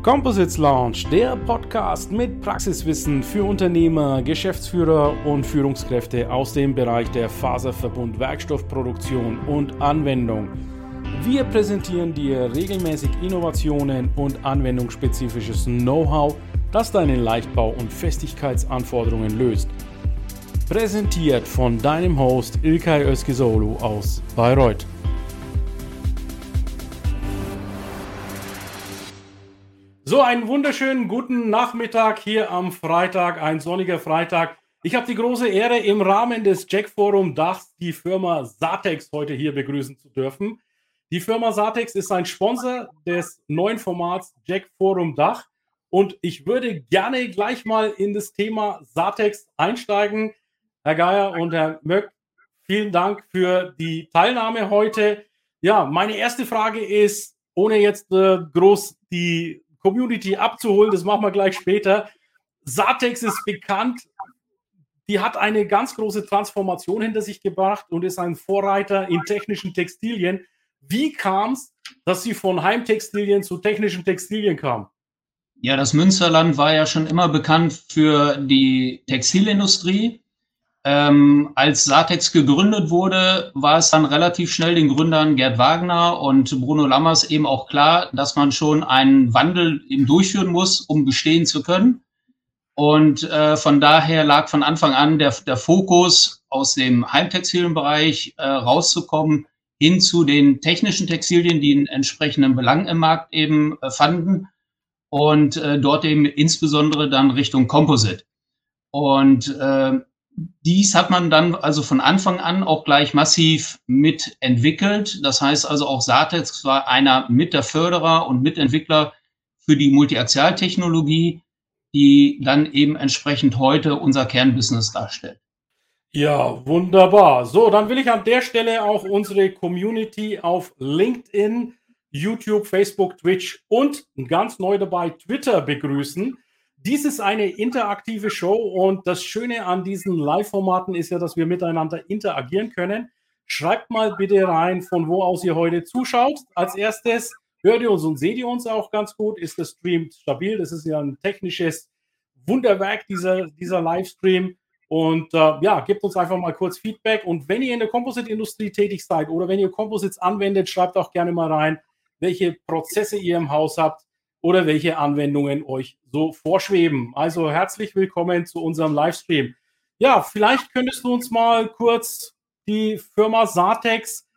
Composites Lounge, der Podcast mit Praxiswissen für Unternehmer, Geschäftsführer und Führungskräfte aus dem Bereich der Faserverbund, Werkstoffproduktion und Anwendung. Wir präsentieren dir regelmäßig Innovationen und anwendungsspezifisches Know-how, das deine Leichtbau- und Festigkeitsanforderungen löst. Präsentiert von deinem Host İlkay Özkizoğlu aus Bayreuth. So, einen wunderschönen guten Nachmittag hier am Freitag, ein sonniger Freitag. Ich habe die große Ehre, im Rahmen des Jack Forum Dachs die Firma Satex heute hier begrüßen zu dürfen. Die Firma Satex ist ein Sponsor des neuen Formats Jack Forum Dach und ich würde gerne gleich mal in das Thema Satex einsteigen. Herr Geier und Herr Möck, vielen Dank für die Teilnahme heute. Ja, meine erste Frage ist, ohne jetzt groß die Community abzuholen, das machen wir gleich später. Satex ist bekannt, die hat eine ganz große Transformation hinter sich gebracht und ist ein Vorreiter in technischen Textilien. Wie kam es, dass Sie von Heimtextilien zu technischen Textilien kamen? Ja, das Münsterland war ja schon immer bekannt für die Textilindustrie. Als Satex gegründet wurde, war es dann relativ schnell den Gründern Gerd Wagner und Bruno Lammers eben auch klar, dass man schon einen Wandel eben durchführen muss, um bestehen zu können. Und von daher lag von Anfang an der Fokus, aus dem Heimtextilienbereich rauszukommen, hin zu den technischen Textilien, die einen entsprechenden Belang im Markt eben fanden und dort eben insbesondere dann Richtung Composite. Und dies hat man dann also von Anfang an auch gleich massiv mitentwickelt. Das heißt also auch Satex war einer mit der Förderer und Mitentwickler für die Multiaxialtechnologie, die dann eben entsprechend heute unser Kernbusiness darstellt. Ja, wunderbar. So, dann will ich an der Stelle auch unsere Community auf LinkedIn, YouTube, Facebook, Twitch und ganz neu dabei Twitter begrüßen. Dies ist eine interaktive Show und das Schöne an diesen Live-Formaten ist ja, dass wir miteinander interagieren können. Schreibt mal bitte rein, von wo aus ihr heute zuschaut. Als erstes, hört ihr uns und seht ihr uns auch ganz gut? Ist der Stream stabil? Das ist ja ein technisches Wunderwerk, dieser Livestream. Und gebt uns einfach mal kurz Feedback. Und wenn ihr in der Composite-Industrie tätig seid oder wenn ihr Composites anwendet, schreibt auch gerne mal rein, welche Prozesse ihr im Haus habt oder welche Anwendungen euch so vorschweben. Also herzlich willkommen zu unserem Livestream. Ja, vielleicht könntest du uns mal kurz die Firma Satex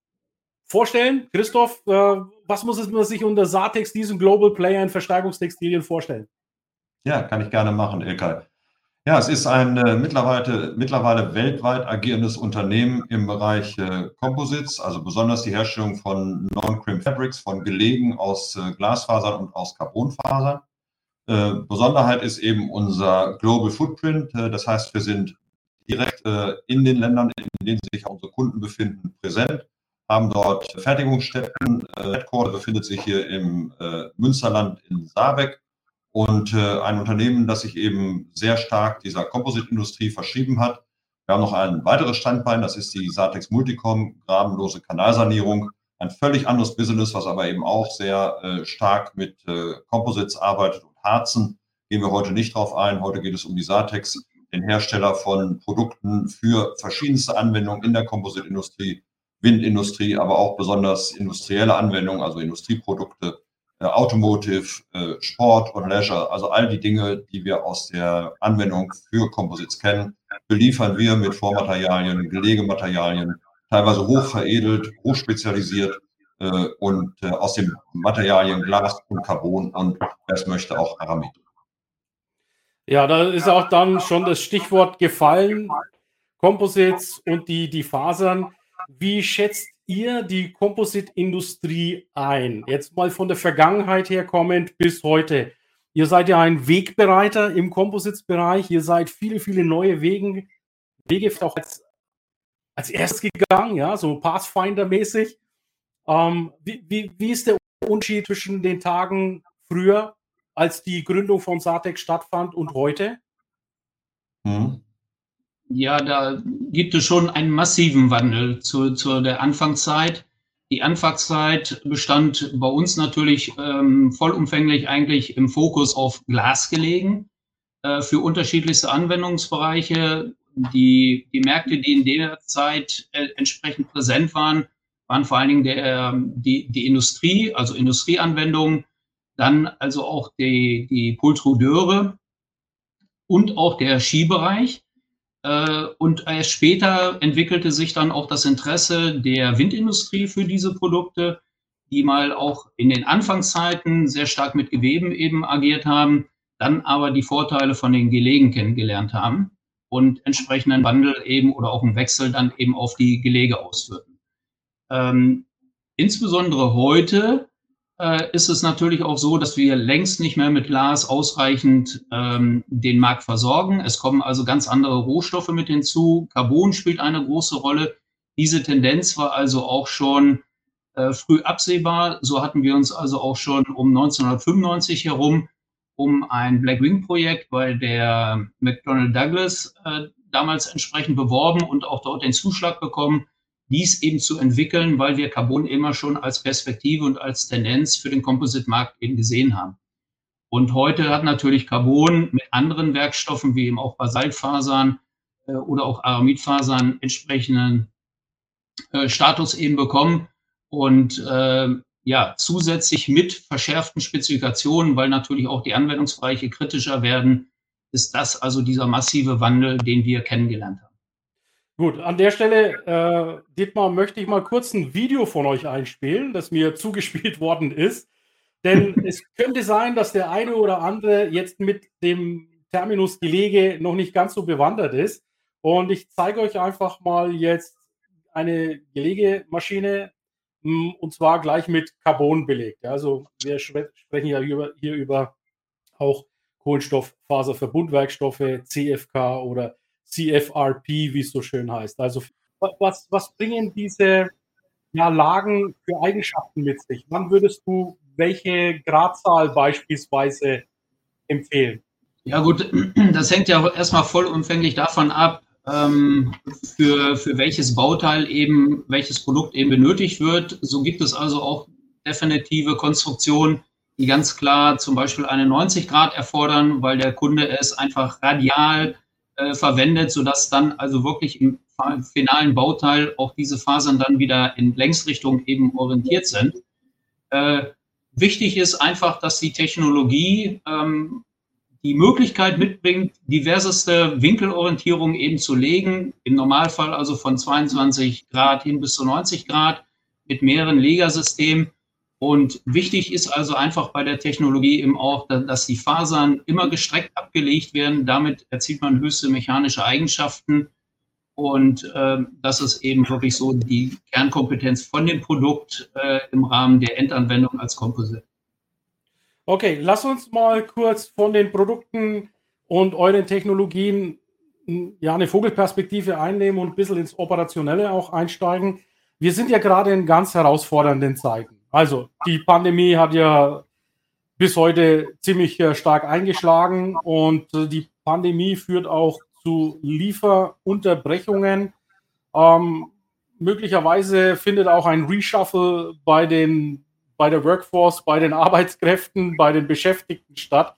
vorstellen. Christoph, was muss man sich unter Satex, diesem Global Player in Verstärkungstextilien, vorstellen? Ja, kann ich gerne machen, İlkay. Ja, es ist ein mittlerweile weltweit agierendes Unternehmen im Bereich Composites, also besonders die Herstellung von Non-Crimp Fabrics, von Gelegen aus Glasfasern und aus Carbonfasern. Besonderheit ist eben unser Global Footprint. Das heißt, wir sind direkt in den Ländern, in denen sich unsere Kunden befinden, präsent, haben dort Fertigungsstätten. Headquarter befindet sich hier im Münsterland in Saarbeck. Und ein Unternehmen, das sich eben sehr stark dieser Composite-Industrie verschrieben hat. Wir haben noch ein weiteres Standbein, das ist die Satex Multicom, grabenlose Kanalsanierung. Ein völlig anderes Business, was aber eben auch sehr stark mit Composites arbeitet und Harzen. Gehen wir heute nicht drauf ein. Heute geht es um die Satex, den Hersteller von Produkten für verschiedenste Anwendungen in der Composite-Industrie, Windindustrie, aber auch besonders industrielle Anwendungen, also Industrieprodukte. Automotive, Sport und Leisure, also all die Dinge, die wir aus der Anwendung für Composites kennen, beliefern wir mit Vormaterialien, Gelegematerialien, teilweise hochveredelt, hochspezialisiert und aus den Materialien Glas und Carbon und, wer es möchte, auch Aramid. Ja, da ist auch dann schon das Stichwort gefallen, Composites und die Fasern. Wie schätzt ihr die Composite-Industrie ein? Jetzt mal von der Vergangenheit her kommend bis heute. Ihr seid ja ein Wegbereiter im Composites-Bereich. Ihr seid viele, viele neue Wege auch als erstes gegangen, ja, so Pathfinder-mäßig. Wie ist der Unterschied zwischen den Tagen früher, als die Gründung von Satex stattfand, und heute? Ja, da gibt es schon einen massiven Wandel zu der Anfangszeit. Die Anfangszeit bestand bei uns natürlich vollumfänglich eigentlich im Fokus auf Glas gelegen, für unterschiedlichste Anwendungsbereiche. Die Märkte, die in der Zeit entsprechend präsent waren, waren vor allen Dingen die Industrie, also Industrieanwendungen, dann also auch die Pultrudeure und auch der Skibereich. Und erst später entwickelte sich dann auch das Interesse der Windindustrie für diese Produkte, die mal auch in den Anfangszeiten sehr stark mit Geweben eben agiert haben, dann aber die Vorteile von den Gelegen kennengelernt haben und entsprechenden Wandel eben oder auch einen Wechsel dann eben auf die Gelege ausführten. Insbesondere heute ist es natürlich auch so, dass wir längst nicht mehr mit Glas ausreichend den Markt versorgen. Es kommen also ganz andere Rohstoffe mit hinzu. Carbon spielt eine große Rolle. Diese Tendenz war also auch schon früh absehbar. So hatten wir uns also auch schon um 1995 herum um ein Blackwing-Projekt bei der McDonnell Douglas damals entsprechend beworben und auch dort den Zuschlag bekommen, dies eben zu entwickeln, weil wir Carbon immer schon als Perspektive und als Tendenz für den Composite-Markt eben gesehen haben. Und heute hat natürlich Carbon mit anderen Werkstoffen, wie eben auch Basaltfasern oder auch Aramidfasern, entsprechenden Status eben bekommen. Und ja, zusätzlich mit verschärften Spezifikationen, weil natürlich auch die Anwendungsbereiche kritischer werden, ist das also dieser massive Wandel, den wir kennengelernt haben. Gut, an der Stelle, Dietmar, möchte ich mal kurz ein Video von euch einspielen, das mir zugespielt worden ist. Denn es könnte sein, dass der eine oder andere jetzt mit dem Terminus Gelege noch nicht ganz so bewandert ist. Und ich zeige euch einfach mal jetzt eine Gelegemaschine, und zwar gleich mit Carbon belegt. Also wir sprechen ja hier über auch Kohlenstofffaserverbundwerkstoffe, CFK oder CFRP, wie es so schön heißt. Also was bringen diese Lagen für Eigenschaften mit sich? Wann würdest du welche Gradzahl beispielsweise empfehlen? Ja gut, das hängt ja erstmal vollumfänglich davon ab, für welches Bauteil eben, welches Produkt eben benötigt wird. So gibt es also auch definitive Konstruktionen, die ganz klar zum Beispiel eine 90 Grad erfordern, weil der Kunde es einfach radial verwendet, sodass dann also wirklich im finalen Bauteil auch diese Fasern dann wieder in Längsrichtung eben orientiert sind. Wichtig ist einfach, dass die Technologie die Möglichkeit mitbringt, diverseste Winkelorientierungen eben zu legen, im Normalfall also von 22 Grad hin bis zu 90 Grad mit mehreren Legersystemen. Und wichtig ist also einfach bei der Technologie eben auch, dass die Fasern immer gestreckt abgelegt werden. Damit erzielt man höchste mechanische Eigenschaften. Und das ist eben wirklich so die Kernkompetenz von dem Produkt im Rahmen der Endanwendung als Composite. Okay, lass uns mal kurz von den Produkten und euren Technologien eine Vogelperspektive einnehmen und ein bisschen ins Operationelle auch einsteigen. Wir sind ja gerade in ganz herausfordernden Zeiten. Also die Pandemie hat ja bis heute ziemlich stark eingeschlagen und die Pandemie führt auch zu Lieferunterbrechungen. Möglicherweise findet auch ein Reshuffle bei der Workforce, bei den Arbeitskräften, bei den Beschäftigten statt.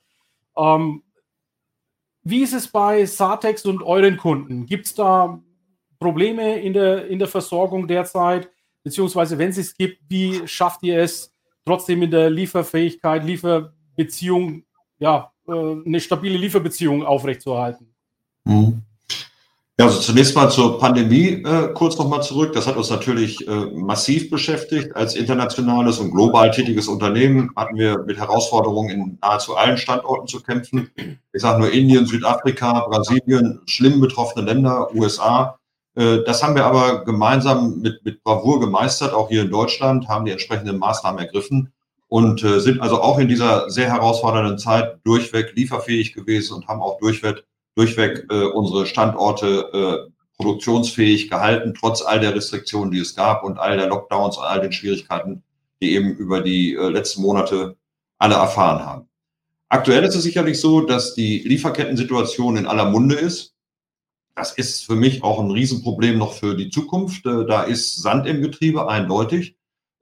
Wie ist es bei Satex und euren Kunden? Gibt es da Probleme in der Versorgung derzeit? Beziehungsweise, wenn es es gibt, wie schafft ihr es trotzdem in der Lieferfähigkeit, Lieferbeziehung, eine stabile Lieferbeziehung aufrechtzuerhalten? Ja, also zunächst mal zur Pandemie kurz nochmal zurück. Das hat uns natürlich massiv beschäftigt. Als internationales und global tätiges Unternehmen hatten wir mit Herausforderungen in nahezu allen Standorten zu kämpfen. Ich sage nur Indien, Südafrika, Brasilien, schlimm betroffene Länder, USA. Das haben wir aber gemeinsam mit Bravour gemeistert, auch hier in Deutschland, haben die entsprechenden Maßnahmen ergriffen und sind also auch in dieser sehr herausfordernden Zeit durchweg lieferfähig gewesen und haben auch durchweg unsere Standorte produktionsfähig gehalten, trotz all der Restriktionen, die es gab und all der Lockdowns und all den Schwierigkeiten, die eben über die letzten Monate alle erfahren haben. Aktuell ist es sicherlich so, dass die Lieferkettensituation in aller Munde ist. Das ist für mich auch ein Riesenproblem noch für die Zukunft. Da ist Sand im Getriebe, eindeutig.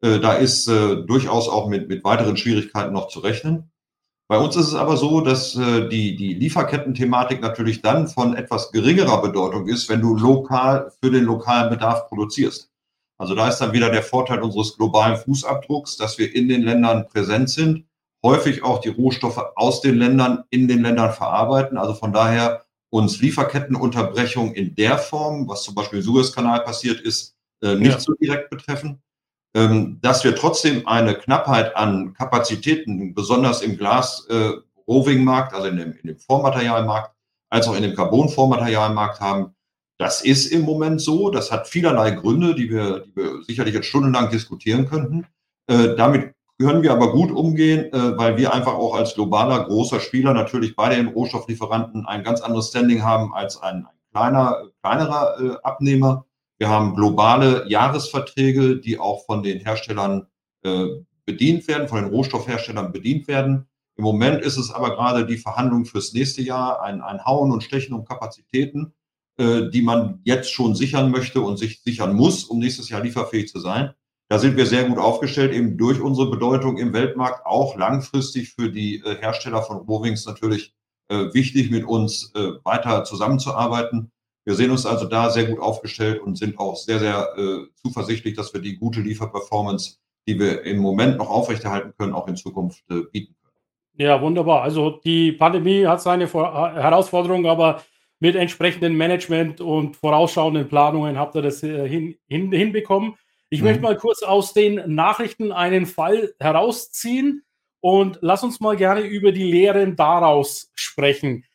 Da ist durchaus auch mit weiteren Schwierigkeiten noch zu rechnen. Bei uns ist es aber so, dass die Lieferketten-Thematik natürlich dann von etwas geringerer Bedeutung ist, wenn du lokal für den lokalen Bedarf produzierst. Also da ist dann wieder der Vorteil unseres globalen Fußabdrucks, dass wir in den Ländern präsent sind, häufig auch die Rohstoffe aus den Ländern in den Ländern verarbeiten. Also von daher uns Lieferkettenunterbrechung in der Form, was zum Beispiel im Suezkanal passiert ist, nicht so direkt betreffen. Dass wir trotzdem eine Knappheit an Kapazitäten, besonders im Glas-Roving-Markt, also in dem Vormaterialmarkt, als auch in dem Carbon-Vormaterialmarkt haben. Das ist im Moment so. Das hat vielerlei Gründe, die wir sicherlich jetzt stundenlang diskutieren könnten. Damit können wir aber gut umgehen, weil wir einfach auch als globaler großer Spieler natürlich bei den Rohstofflieferanten ein ganz anderes Standing haben als ein kleinerer Abnehmer. Wir haben globale Jahresverträge, die auch von den Herstellern bedient werden, von den Rohstoffherstellern bedient werden. Im Moment ist es aber gerade die Verhandlung fürs nächste Jahr, ein Hauen und Stechen um Kapazitäten, die man jetzt schon sichern möchte und sich sichern muss, um nächstes Jahr lieferfähig zu sein. Da sind wir sehr gut aufgestellt, eben durch unsere Bedeutung im Weltmarkt, auch langfristig für die Hersteller von Rovings natürlich wichtig, mit uns weiter zusammenzuarbeiten. Wir sehen uns also da sehr gut aufgestellt und sind auch sehr, sehr zuversichtlich, dass wir die gute Lieferperformance, die wir im Moment noch aufrechterhalten können, auch in Zukunft bieten können. Ja, wunderbar. Also die Pandemie hat seine Herausforderungen, aber mit entsprechendem Management und vorausschauenden Planungen habt ihr das hinbekommen. Ich möchte mal kurz aus den Nachrichten einen Fall herausziehen und lass uns mal gerne über die Lehren daraus sprechen.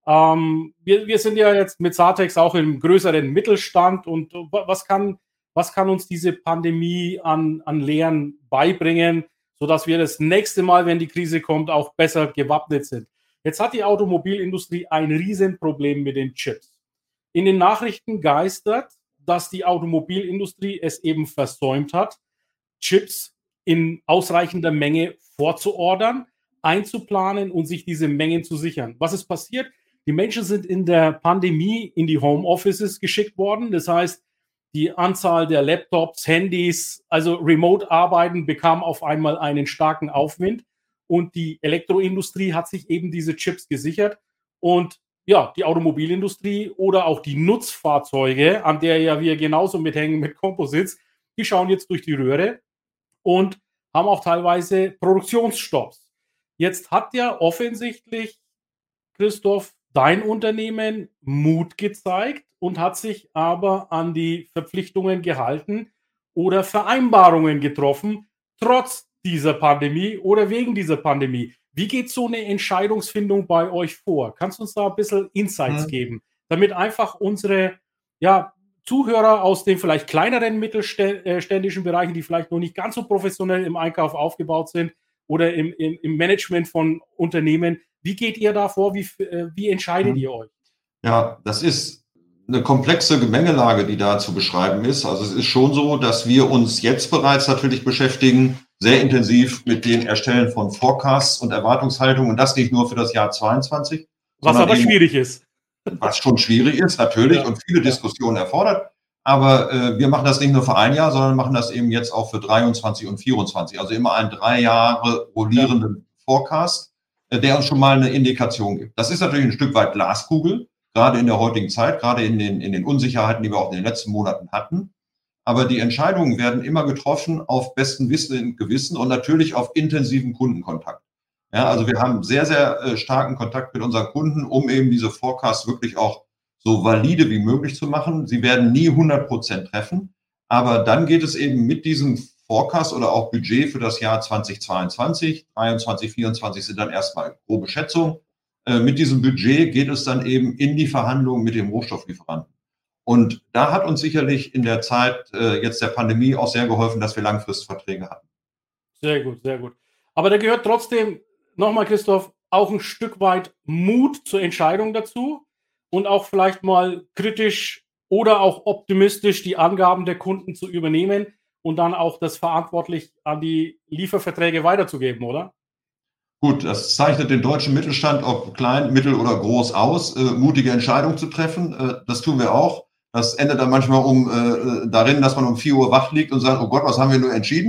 Wir sind ja jetzt mit Satex auch im größeren Mittelstand und was kann uns diese Pandemie an Lehren beibringen, sodass wir das nächste Mal, wenn die Krise kommt, auch besser gewappnet sind? Jetzt hat die Automobilindustrie ein Riesenproblem mit den Chips. In den Nachrichten geistert, dass die Automobilindustrie es eben versäumt hat, Chips in ausreichender Menge vorzuordern, einzuplanen und sich diese Mengen zu sichern. Was ist passiert? Die Menschen sind in der Pandemie in die Homeoffices geschickt worden. Das heißt, die Anzahl der Laptops, Handys, also Remote-Arbeiten bekam auf einmal einen starken Aufwind. Und die Elektroindustrie hat sich eben diese Chips gesichert. Und ja, die Automobilindustrie oder auch die Nutzfahrzeuge, an der ja wir genauso mithängen mit Composites, die schauen jetzt durch die Röhre und haben auch teilweise Produktionsstopps. Jetzt hat ja offensichtlich, Christoph, dein Unternehmen Mut gezeigt und hat sich aber an die Verpflichtungen gehalten oder Vereinbarungen getroffen, trotz dieser Pandemie oder wegen dieser Pandemie. Wie geht so eine Entscheidungsfindung bei euch vor? Kannst du uns da ein bisschen Insights geben, damit einfach unsere Zuhörer aus den vielleicht kleineren mittelständischen Bereichen, die vielleicht noch nicht ganz so professionell im Einkauf aufgebaut sind oder im Management von Unternehmen, wie geht ihr da vor? Wie entscheidet ihr euch? Ja, das ist eine komplexe Gemengelage, die da zu beschreiben ist. Also es ist schon so, dass wir uns jetzt bereits natürlich beschäftigen, sehr intensiv mit dem Erstellen von Forecasts und Erwartungshaltungen und das nicht nur für das Jahr 22. Was aber schwierig ist. Was schon schwierig ist, natürlich, und viele Diskussionen erfordert. Aber wir machen das nicht nur für ein Jahr, sondern machen das eben jetzt auch für 23 und 24. Also immer einen 3 Jahre rollierenden Forecast, der uns schon mal eine Indikation gibt. Das ist natürlich ein Stück weit Glaskugel, gerade in der heutigen Zeit, gerade in den Unsicherheiten, die wir auch in den letzten Monaten hatten. Aber die Entscheidungen werden immer getroffen auf bestem Wissen und Gewissen und natürlich auf intensiven Kundenkontakt. Ja, also wir haben sehr, sehr starken Kontakt mit unseren Kunden, um eben diese Forecasts wirklich auch so valide wie möglich zu machen. Sie werden nie 100% treffen, aber dann geht es eben mit diesem Forecast oder auch Budget für das Jahr 2022, 23, 24 sind dann erstmal grobe Schätzungen. Mit diesem Budget geht es dann eben in die Verhandlungen mit dem Rohstofflieferanten. Und da hat uns sicherlich in der Zeit jetzt der Pandemie auch sehr geholfen, dass wir Langfristverträge hatten. Sehr gut, sehr gut. Aber da gehört trotzdem, nochmal Christoph, auch ein Stück weit Mut zur Entscheidung dazu und auch vielleicht mal kritisch oder auch optimistisch die Angaben der Kunden zu übernehmen und dann auch das verantwortlich an die Lieferverträge weiterzugeben, oder? Gut, das zeichnet den deutschen Mittelstand, ob klein, mittel oder groß aus, mutige Entscheidungen zu treffen. Das tun wir auch. Das endet dann manchmal darin, dass man um 4 Uhr wach liegt und sagt, oh Gott, was haben wir nur entschieden?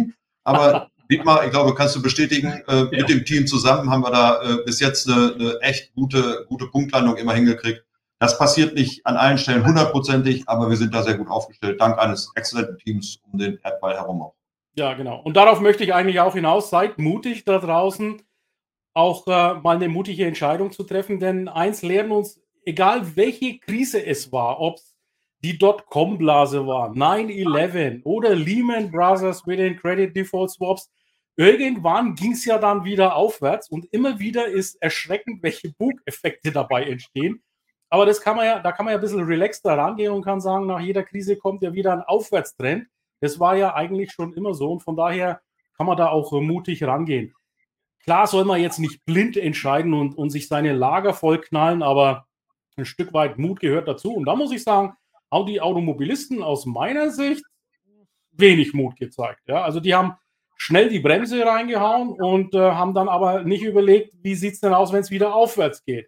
Aber Dietmar, ich glaube, kannst du bestätigen, mit dem Team zusammen haben wir da bis jetzt eine echt gute Punktlandung immer hingekriegt. Das passiert nicht an allen Stellen 100%ig, aber wir sind da sehr gut aufgestellt, dank eines exzellenten Teams um den Erdball herum auch. Ja, genau. Und darauf möchte ich eigentlich auch hinaus. Seid mutig da draußen, auch mal eine mutige Entscheidung zu treffen, denn eins lernen uns, egal welche Krise es war, ob es die Dotcom-Blase war, 9/11 oder Lehman Brothers mit den Credit Default Swaps, irgendwann ging es ja dann wieder aufwärts und immer wieder ist erschreckend, welche Bugeffekte dabei entstehen. Aber da kann man ja ein bisschen relaxter rangehen und kann sagen, nach jeder Krise kommt ja wieder ein Aufwärtstrend. Das war ja eigentlich schon immer so und von daher kann man da auch mutig rangehen. Klar soll man jetzt nicht blind entscheiden und sich seine Lager vollknallen, aber ein Stück weit Mut gehört dazu. Und da muss ich sagen, auch die Automobilisten aus meiner Sicht wenig Mut gezeigt. Ja? Also die haben schnell die Bremse reingehauen und haben dann aber nicht überlegt, wie sieht es denn aus, wenn es wieder aufwärts geht.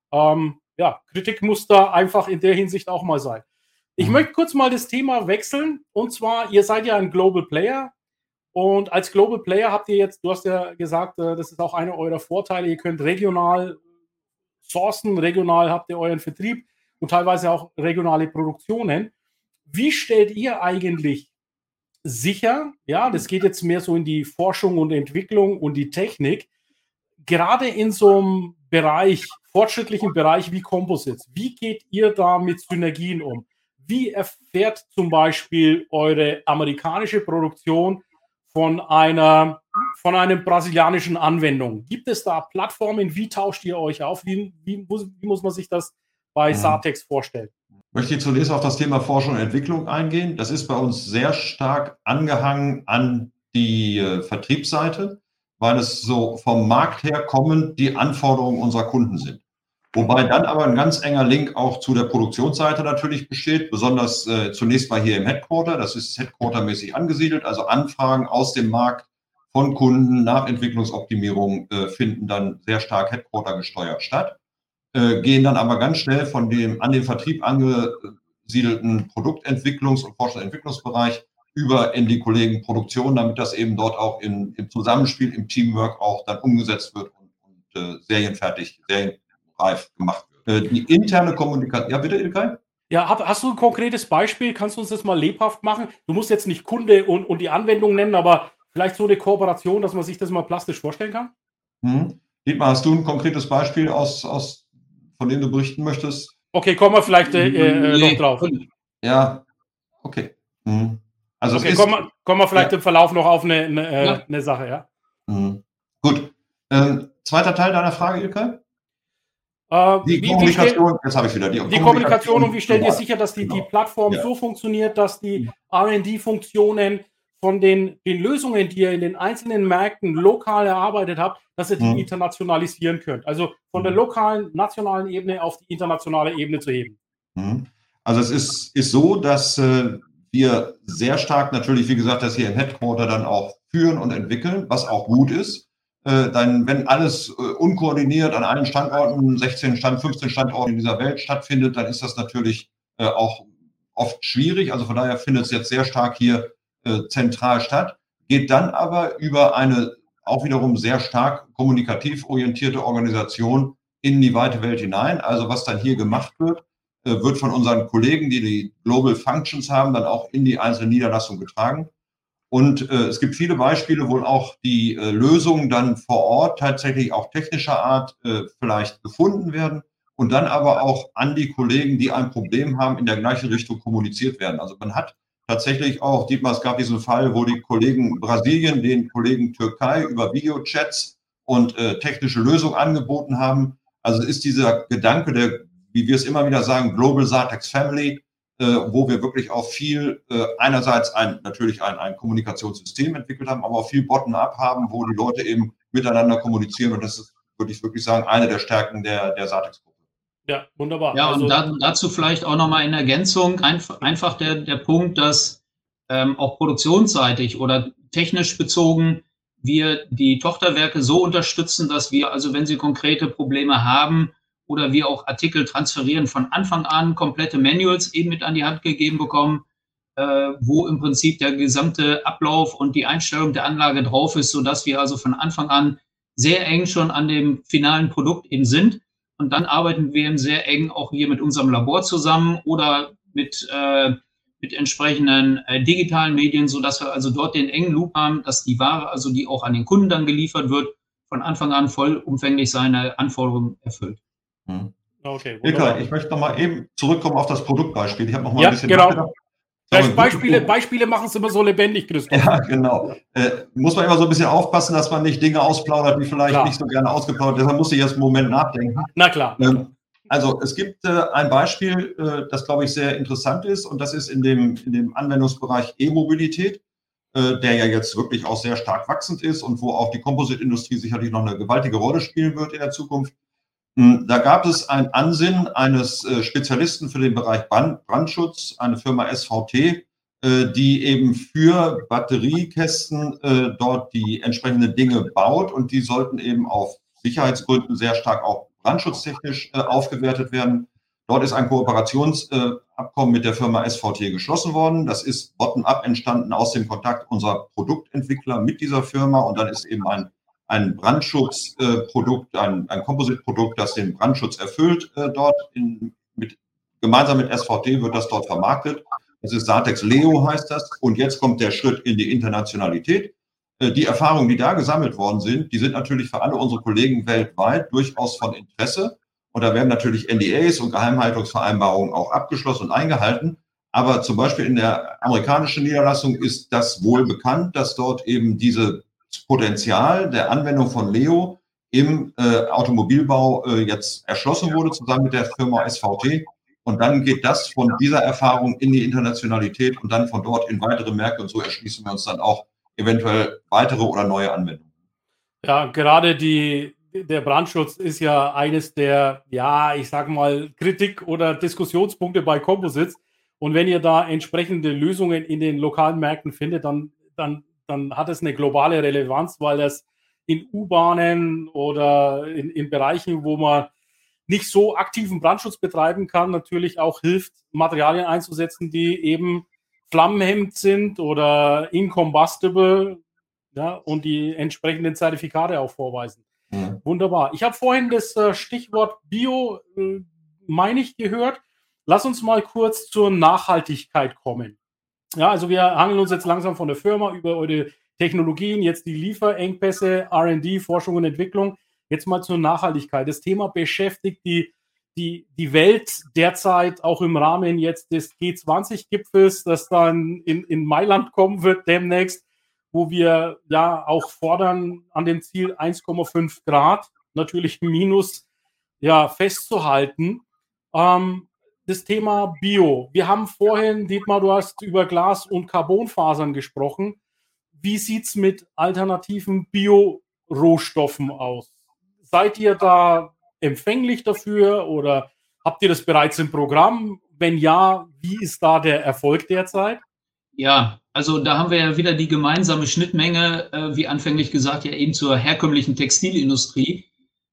Kritik muss da einfach in der Hinsicht auch mal sein. Ich möchte kurz mal das Thema wechseln. Und zwar, ihr seid ja ein Global Player. Und als Global Player habt ihr jetzt, du hast ja gesagt, das ist auch einer eurer Vorteile, ihr könnt regional sourcen, regional habt ihr euren Vertrieb und teilweise auch regionale Produktionen. Wie stellt ihr eigentlich sicher, ja, das geht jetzt mehr so in die Forschung und Entwicklung und die Technik, gerade in so einem Bereich, fortschrittlichen Bereich wie Composites, wie geht ihr da mit Synergien um? Wie erfährt zum Beispiel eure amerikanische Produktion von einer brasilianischen Anwendung? Gibt es da Plattformen? Wie tauscht ihr euch auf? Wie muss man sich das bei Satex vorstellen? Ich möchte zunächst auf das Thema Forschung und Entwicklung eingehen. Das ist bei uns sehr stark angehangen an die Vertriebsseite, weil es so vom Markt her kommend die Anforderungen unserer Kunden sind. Wobei dann aber ein ganz enger Link auch zu der Produktionsseite natürlich besteht, besonders zunächst mal hier im Headquarter. Das ist headquartermäßig angesiedelt, also Anfragen aus dem Markt von Kunden nach Entwicklungsoptimierung finden dann sehr stark Headquarter gesteuert statt, gehen dann aber ganz schnell von dem an den Vertrieb angesiedelten Produktentwicklungs- und Forschungs- und Entwicklungsbereich über in die Kollegen Produktion, damit das eben dort auch im Zusammenspiel, im Teamwork auch dann umgesetzt wird und serienreif gemacht wird. Die interne Kommunikation, ja bitte, Ilkay? Ja, hast du ein konkretes Beispiel? Kannst du uns das mal lebhaft machen? Du musst jetzt nicht Kunde und die Anwendung nennen, aber vielleicht so eine Kooperation, dass man sich das mal plastisch vorstellen kann? Dietmar, hast du ein konkretes Beispiel von dem du berichten möchtest? Okay, kommen wir vielleicht noch drauf. Ja, okay. Also okay, kommen wir vielleicht im Verlauf noch auf eine Sache, ja? Gut. Zweiter Teil deiner Frage, Ilkay? Die Kommunikation, jetzt habe ich wieder die Kommunikation und wie stellt ihr sicher, dass die Plattform so funktioniert, dass die R&D-Funktionen von den Lösungen, die ihr in den einzelnen Märkten lokal erarbeitet habt, dass ihr die internationalisieren könnt? Also von der lokalen, nationalen Ebene auf die internationale Ebene zu heben. Also es ist so, dass wir sehr stark natürlich, wie gesagt, das hier im Headquarter dann auch führen und entwickeln, was auch gut ist. Dann, wenn alles unkoordiniert an allen Standorten, 15 Standorten in dieser Welt stattfindet, dann ist das natürlich auch oft schwierig. Also von daher findet es jetzt sehr stark hier zentral statt, geht dann aber über eine auch wiederum sehr stark kommunikativ orientierte Organisation in die weite Welt hinein. Also was dann hier gemacht wird, wird von unseren Kollegen, die Global Functions haben, dann auch in die einzelnen Niederlassungen getragen. Und es gibt viele Beispiele, wo auch die Lösungen dann vor Ort tatsächlich auch technischer Art vielleicht gefunden werden und dann aber auch an die Kollegen, die ein Problem haben, in der gleichen Richtung kommuniziert werden. Also man hat tatsächlich auch, Dietmar, es gab diesen Fall, wo die Kollegen Brasilien den Kollegen Türkei über Videochats und technische Lösungen angeboten haben. Also ist dieser Gedanke der, wie wir es immer wieder sagen, Global Satex Family, wo wir wirklich auch viel, einerseits natürlich ein Kommunikationssystem entwickelt haben, aber auch viel Bottom-up haben, wo die Leute eben miteinander kommunizieren. Und das ist, würde ich wirklich sagen, eine der Stärken der Satex-Gruppe. Ja, wunderbar. Ja, und dazu vielleicht auch nochmal in Ergänzung einfach der Punkt, dass auch produktionsseitig oder technisch bezogen wir die Tochterwerke so unterstützen, dass wir, also wenn sie konkrete Probleme haben, oder wir auch Artikel transferieren von Anfang an, komplette Manuals eben mit an die Hand gegeben bekommen, wo im Prinzip der gesamte Ablauf und die Einstellung der Anlage drauf ist, sodass wir also von Anfang an sehr eng schon an dem finalen Produkt eben sind. Und dann arbeiten wir eben sehr eng auch hier mit unserem Labor zusammen oder mit entsprechenden digitalen Medien, sodass wir also dort den engen Loop haben, dass die Ware, also die auch an den Kunden dann geliefert wird, von Anfang an vollumfänglich seine Anforderungen erfüllt. Okay, Ilkay, ich möchte noch mal eben zurückkommen auf das Produktbeispiel. Ich habe noch mal ein bisschen nachgedacht. Beispiele machen es immer so lebendig, Christoph. Ja, genau. Muss man immer so ein bisschen aufpassen, dass man nicht Dinge ausplaudert, die vielleicht nicht so gerne ausgeplaudert. Deshalb muss ich jetzt einen Moment nachdenken. Na klar. Also es gibt ein Beispiel, das, glaube ich, sehr interessant ist, und das ist in dem Anwendungsbereich E-Mobilität, der ja jetzt wirklich auch sehr stark wachsend ist und wo auch die Composite-Industrie sicherlich noch eine gewaltige Rolle spielen wird in der Zukunft. Da gab es ein Ansinnen eines Spezialisten für den Bereich Brandschutz, eine Firma SVT, die eben für Batteriekästen dort die entsprechenden Dinge baut, und die sollten eben auf Sicherheitsgründen sehr stark auch brandschutztechnisch aufgewertet werden. Dort ist ein Kooperationsabkommen mit der Firma SVT geschlossen worden. Das ist bottom-up entstanden aus dem Kontakt unserer Produktentwickler mit dieser Firma, und dann ist eben ein Brandschutzprodukt, ein Composite-Produkt, das den Brandschutz erfüllt, dort gemeinsam mit SVT wird das dort vermarktet. Das ist Satex Leo, heißt das. Und jetzt kommt der Schritt in die Internationalität. Die Erfahrungen, die da gesammelt worden sind, die sind natürlich für alle unsere Kollegen weltweit durchaus von Interesse. Und da werden natürlich NDAs und Geheimhaltungsvereinbarungen auch abgeschlossen und eingehalten. Aber zum Beispiel in der amerikanischen Niederlassung ist das wohl bekannt, dass dort eben dieses Potenzial der Anwendung von Leo im Automobilbau jetzt erschlossen wurde, zusammen mit der Firma SVT. Und dann geht das von dieser Erfahrung in die Internationalität und dann von dort in weitere Märkte, und so erschließen wir uns dann auch eventuell weitere oder neue Anwendungen. Ja, gerade der Brandschutz ist ja eines der, ja, ich sag mal, Kritik- oder Diskussionspunkte bei Composites. Und wenn ihr da entsprechende Lösungen in den lokalen Märkten findet, dann hat es eine globale Relevanz, weil das in U-Bahnen oder in Bereichen, wo man nicht so aktiven Brandschutz betreiben kann, natürlich auch hilft, Materialien einzusetzen, die eben flammenhemmend sind oder incombustible, ja, und die entsprechenden Zertifikate auch vorweisen. Ja. Wunderbar. Ich habe vorhin das Stichwort Bio, meine ich, gehört. Lass uns mal kurz zur Nachhaltigkeit kommen. Ja, also wir hangeln uns jetzt langsam von der Firma über eure Technologien, jetzt die Lieferengpässe, R&D, Forschung und Entwicklung. Jetzt mal zur Nachhaltigkeit. Das Thema beschäftigt die Welt derzeit auch im Rahmen jetzt des G20-Gipfels, das dann in Mailand kommen wird demnächst, wo wir ja auch fordern, an dem Ziel 1,5 Grad, natürlich minus, ja, festzuhalten. Das Thema Bio. Wir haben vorhin, Dietmar, du hast über Glas- und Carbonfasern gesprochen. Wie sieht es mit alternativen Bio-Rohstoffen aus? Seid ihr da empfänglich dafür oder habt ihr das bereits im Programm? Wenn ja, wie ist da der Erfolg derzeit? Ja, also da haben wir ja wieder die gemeinsame Schnittmenge, wie anfänglich gesagt, ja eben zur herkömmlichen Textilindustrie.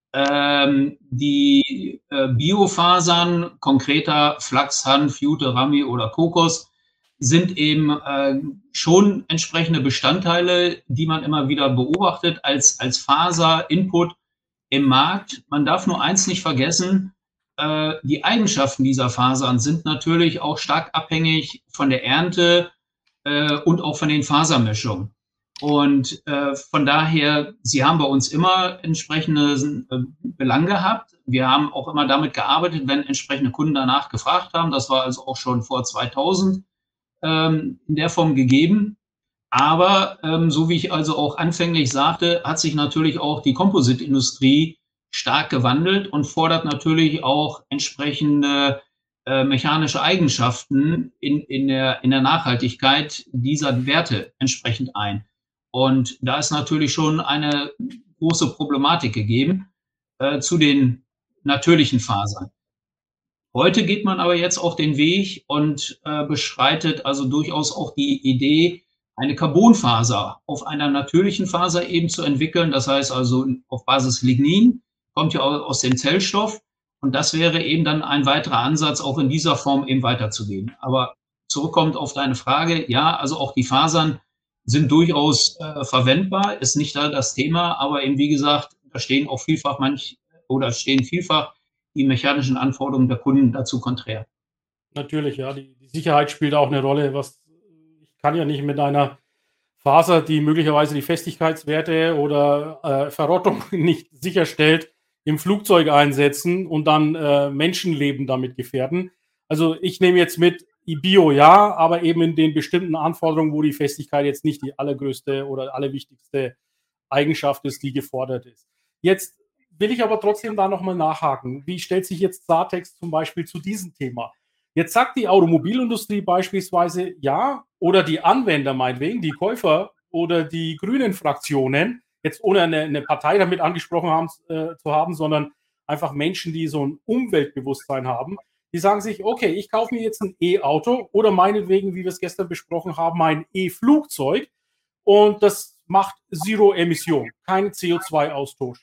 Die Biofasern, konkreter Flachs, Hanf, Jute, Rami oder Kokos, sind eben schon entsprechende Bestandteile, die man immer wieder beobachtet als Faser-Input im Markt. Man darf nur eins nicht vergessen, die Eigenschaften dieser Fasern sind natürlich auch stark abhängig von der Ernte und auch von den Fasermischungen. Und von daher, sie haben bei uns immer entsprechende Belang gehabt. Wir haben auch immer damit gearbeitet, wenn entsprechende Kunden danach gefragt haben. Das war also auch schon vor 2000 in der Form gegeben. Aber so wie ich also auch anfänglich sagte, hat sich natürlich auch die Composite-Industrie stark gewandelt und fordert natürlich auch entsprechende mechanische Eigenschaften in der Nachhaltigkeit dieser Werte entsprechend ein. Und da ist natürlich schon eine große Problematik gegeben zu den natürlichen Fasern. Heute geht man aber jetzt auch den Weg und beschreitet also durchaus auch die Idee, eine Carbonfaser auf einer natürlichen Faser eben zu entwickeln. Das heißt also auf Basis Lignin, kommt ja aus dem Zellstoff. Und das wäre eben dann ein weiterer Ansatz, auch in dieser Form eben weiterzugehen. Aber zurückkommt auf deine Frage, ja, also auch die Fasern sind durchaus verwendbar, ist nicht da das Thema, aber eben wie gesagt, da stehen auch vielfach stehen vielfach die mechanischen Anforderungen der Kunden dazu konträr. Natürlich, ja, die Sicherheit spielt auch eine Rolle. Ich kann ja nicht mit einer Faser, die möglicherweise die Festigkeitswerte oder Verrottung nicht sicherstellt, im Flugzeug einsetzen und dann Menschenleben damit gefährden. Also ich nehme jetzt mit Bio, ja, aber eben in den bestimmten Anforderungen, wo die Festigkeit jetzt nicht die allergrößte oder allerwichtigste Eigenschaft ist, die gefordert ist. Jetzt will ich aber trotzdem da nochmal nachhaken. Wie stellt sich jetzt SATEX zum Beispiel zu diesem Thema? Jetzt sagt die Automobilindustrie beispielsweise ja, oder die Anwender meinetwegen, die Käufer oder die grünen Fraktionen, jetzt ohne eine Partei damit angesprochen zu haben, sondern einfach Menschen, die so ein Umweltbewusstsein haben, die sagen sich, okay, ich kaufe mir jetzt ein E-Auto oder meinetwegen, wie wir es gestern besprochen haben, ein E-Flugzeug und das macht Zero Emission, kein CO2-Ausstoß.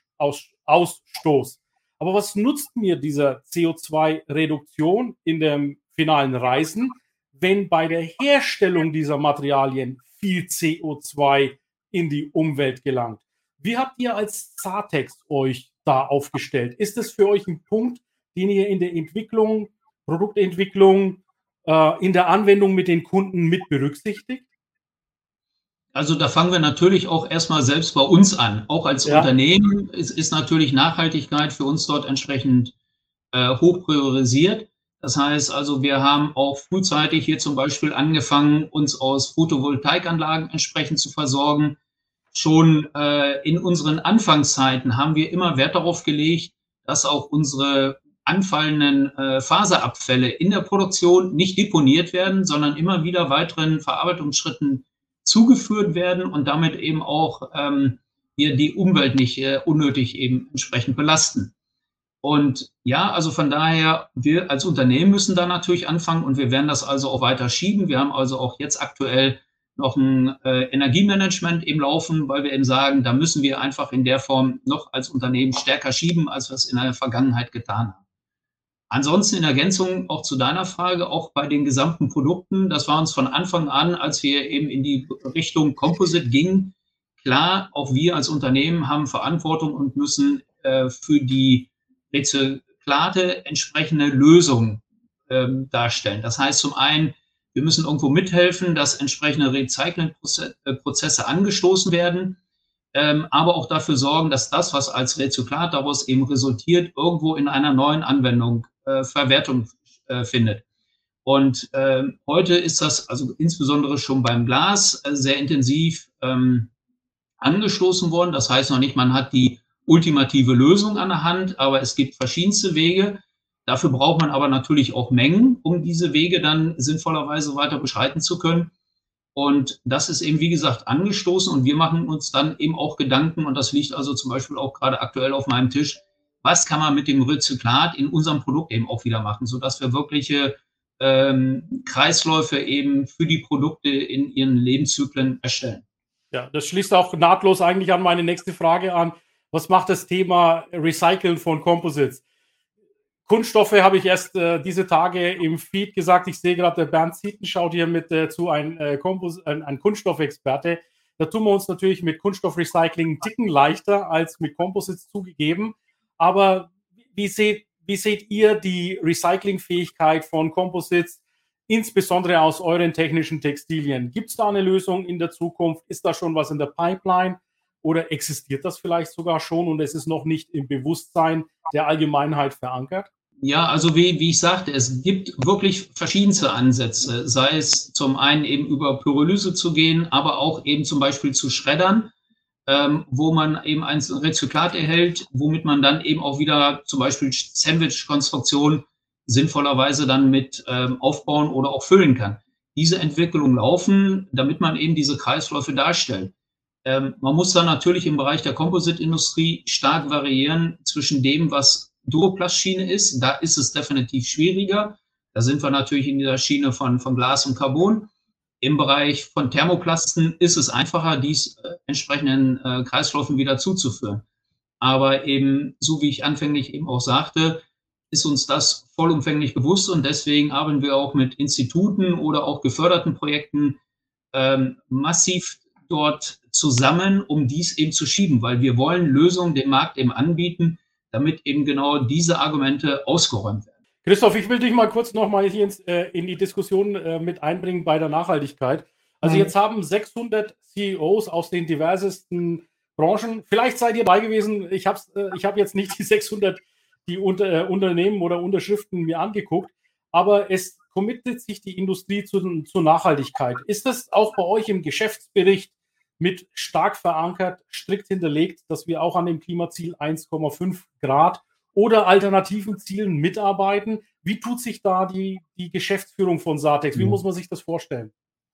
Aber was nutzt mir dieser CO2-Reduktion in dem finalen Reisen, wenn bei der Herstellung dieser Materialien viel CO2 in die Umwelt gelangt? Wie habt ihr als SATEX euch da aufgestellt? Ist das für euch ein Punkt, den ihr in der Entwicklung, Produktentwicklung, in der Anwendung mit den Kunden mit berücksichtigt? Also da fangen wir natürlich auch erstmal selbst bei uns an. Auch als Unternehmen ist natürlich Nachhaltigkeit für uns dort entsprechend hoch priorisiert. Das heißt also, wir haben auch frühzeitig hier zum Beispiel angefangen, uns aus Photovoltaikanlagen entsprechend zu versorgen. Schon in unseren Anfangszeiten haben wir immer Wert darauf gelegt, dass auch unsere anfallenden Faserabfälle in der Produktion nicht deponiert werden, sondern immer wieder weiteren Verarbeitungsschritten zugeführt werden und damit eben auch wir die Umwelt nicht unnötig eben entsprechend belasten. Und ja, also von daher, wir als Unternehmen müssen da natürlich anfangen und wir werden das also auch weiter schieben. Wir haben also auch jetzt aktuell noch ein Energiemanagement im Laufen, weil wir eben sagen, da müssen wir einfach in der Form noch als Unternehmen stärker schieben, als wir es in der Vergangenheit getan haben. Ansonsten in Ergänzung auch zu deiner Frage, auch bei den gesamten Produkten, das war uns von Anfang an, als wir eben in die Richtung Composite gingen, klar, auch wir als Unternehmen haben Verantwortung und müssen für die Rezyklate entsprechende Lösungen darstellen. Das heißt zum einen, wir müssen irgendwo mithelfen, dass entsprechende Recyclingprozesse angestoßen werden, aber auch dafür sorgen, dass das, was als Rezyklat daraus eben resultiert, irgendwo in einer neuen Anwendung Verwertung findet. Und heute ist das also insbesondere schon beim Glas sehr intensiv angestoßen worden. Das heißt noch nicht, man hat die ultimative Lösung an der Hand, aber es gibt verschiedenste Wege. Dafür braucht man aber natürlich auch Mengen, um diese Wege dann sinnvollerweise weiter beschreiten zu können. Und das ist eben, wie gesagt, angestoßen und wir machen uns dann eben auch Gedanken und das liegt also zum Beispiel auch gerade aktuell auf meinem Tisch. Was kann man mit dem Rezyklat in unserem Produkt eben auch wieder machen, sodass wir wirkliche Kreisläufe eben für die Produkte in ihren Lebenszyklen erstellen. Ja, das schließt auch nahtlos eigentlich an meine nächste Frage an. Was macht das Thema Recyceln von Composites? Kunststoffe habe ich erst diese Tage im Feed gesagt. Ich sehe gerade, der Bernd Zieten schaut hier mit zu, ein Kunststoffexperte. Da tun wir uns natürlich mit Kunststoffrecycling einen Ticken leichter als mit Composites zugegeben. Aber wie seht ihr die Recyclingfähigkeit von Composites, insbesondere aus euren technischen Textilien? Gibt es da eine Lösung in der Zukunft? Ist da schon was in der Pipeline? Oder existiert das vielleicht sogar schon und es ist noch nicht im Bewusstsein der Allgemeinheit verankert? Ja, also wie ich sagte, es gibt wirklich verschiedenste Ansätze, sei es zum einen eben über Pyrolyse zu gehen, aber auch eben zum Beispiel zu Schreddern, wo man eben ein Rezyklat erhält, womit man dann eben auch wieder zum Beispiel Sandwich-Konstruktion sinnvollerweise dann mit aufbauen oder auch füllen kann. Diese Entwicklungen laufen, damit man eben diese Kreisläufe darstellt. Man muss dann natürlich im Bereich der Composite-Industrie stark variieren zwischen dem, was Duroplast-Schiene ist. Da ist es definitiv schwieriger. Da sind wir natürlich in dieser Schiene von Glas und Carbon. Im Bereich von Thermoplasten ist es einfacher, dies entsprechenden Kreisläufen wieder zuzuführen. Aber eben, so wie ich anfänglich eben auch sagte, ist uns das vollumfänglich bewusst und deswegen arbeiten wir auch mit Instituten oder auch geförderten Projekten massiv dort zusammen, um dies eben zu schieben, weil wir wollen Lösungen dem Markt eben anbieten, damit eben genau diese Argumente ausgeräumt werden. Christoph, ich will dich mal kurz nochmal hier in die Diskussion mit einbringen bei der Nachhaltigkeit. Also jetzt haben 600 CEOs aus den diversesten Branchen, vielleicht seid ihr dabei gewesen, ich habe jetzt nicht die 600 die Unternehmen oder Unterschriften mir angeguckt, aber es committet sich die Industrie zur Nachhaltigkeit. Ist das auch bei euch im Geschäftsbericht mit stark verankert, strikt hinterlegt, dass wir auch an dem Klimaziel 1,5 Grad oder alternativen Zielen mitarbeiten? Wie tut sich da die Geschäftsführung von SATEX? Wie muss man sich das vorstellen?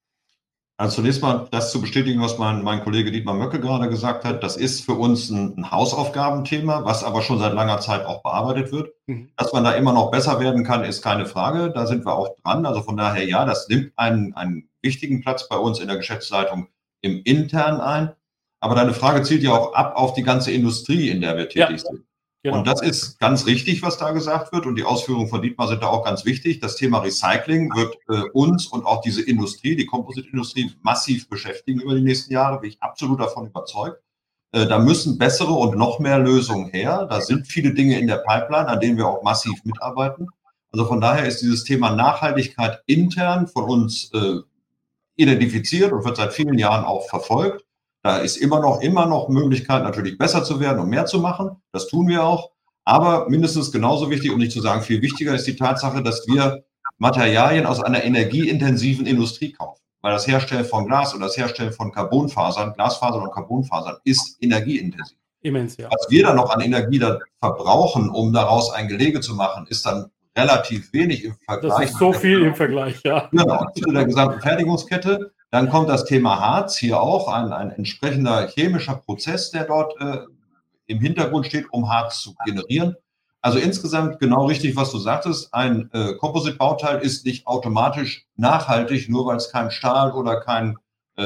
Also zunächst mal das zu bestätigen, was mein Kollege Dietmar Möcke gerade gesagt hat. Das ist für uns ein Hausaufgabenthema, was aber schon seit langer Zeit auch bearbeitet wird. Dass man da immer noch besser werden kann, ist keine Frage. Da sind wir auch dran. Also von daher, ja, das nimmt einen wichtigen Platz bei uns in der Geschäftsleitung im Intern ein. Aber deine Frage zielt ja auch ab auf die ganze Industrie, in der wir tätig sind. Genau. Und das ist ganz richtig, was da gesagt wird. Und die Ausführungen von Dietmar sind da auch ganz wichtig. Das Thema Recycling wird uns und auch diese Industrie, die Composite-Industrie, massiv beschäftigen über die nächsten Jahre. Bin ich absolut davon überzeugt. Da müssen bessere und noch mehr Lösungen her. Da sind viele Dinge in der Pipeline, an denen wir auch massiv mitarbeiten. Also von daher ist dieses Thema Nachhaltigkeit intern von uns identifiziert und wird seit vielen Jahren auch verfolgt. Da ist immer noch Möglichkeit, natürlich besser zu werden und mehr zu machen. Das tun wir auch. Aber mindestens genauso wichtig, um nicht zu sagen viel wichtiger, ist die Tatsache, dass wir Materialien aus einer energieintensiven Industrie kaufen. Weil das Herstellen von Glas oder das Herstellen von Carbonfasern, Glasfasern und Carbonfasern ist energieintensiv. Immens, ja. Was wir dann noch an Energie da verbrauchen, um daraus ein Gelege zu machen, ist dann relativ wenig im Vergleich. Das ist so viel im Vergleich, ja. Genau, zu der gesamten Fertigungskette. Dann kommt das Thema Harz, hier auch ein entsprechender chemischer Prozess, der dort im Hintergrund steht, um Harz zu generieren. Also insgesamt genau richtig, was du sagtest, ein Composite-Bauteil ist nicht automatisch nachhaltig, nur weil es kein Stahl oder kein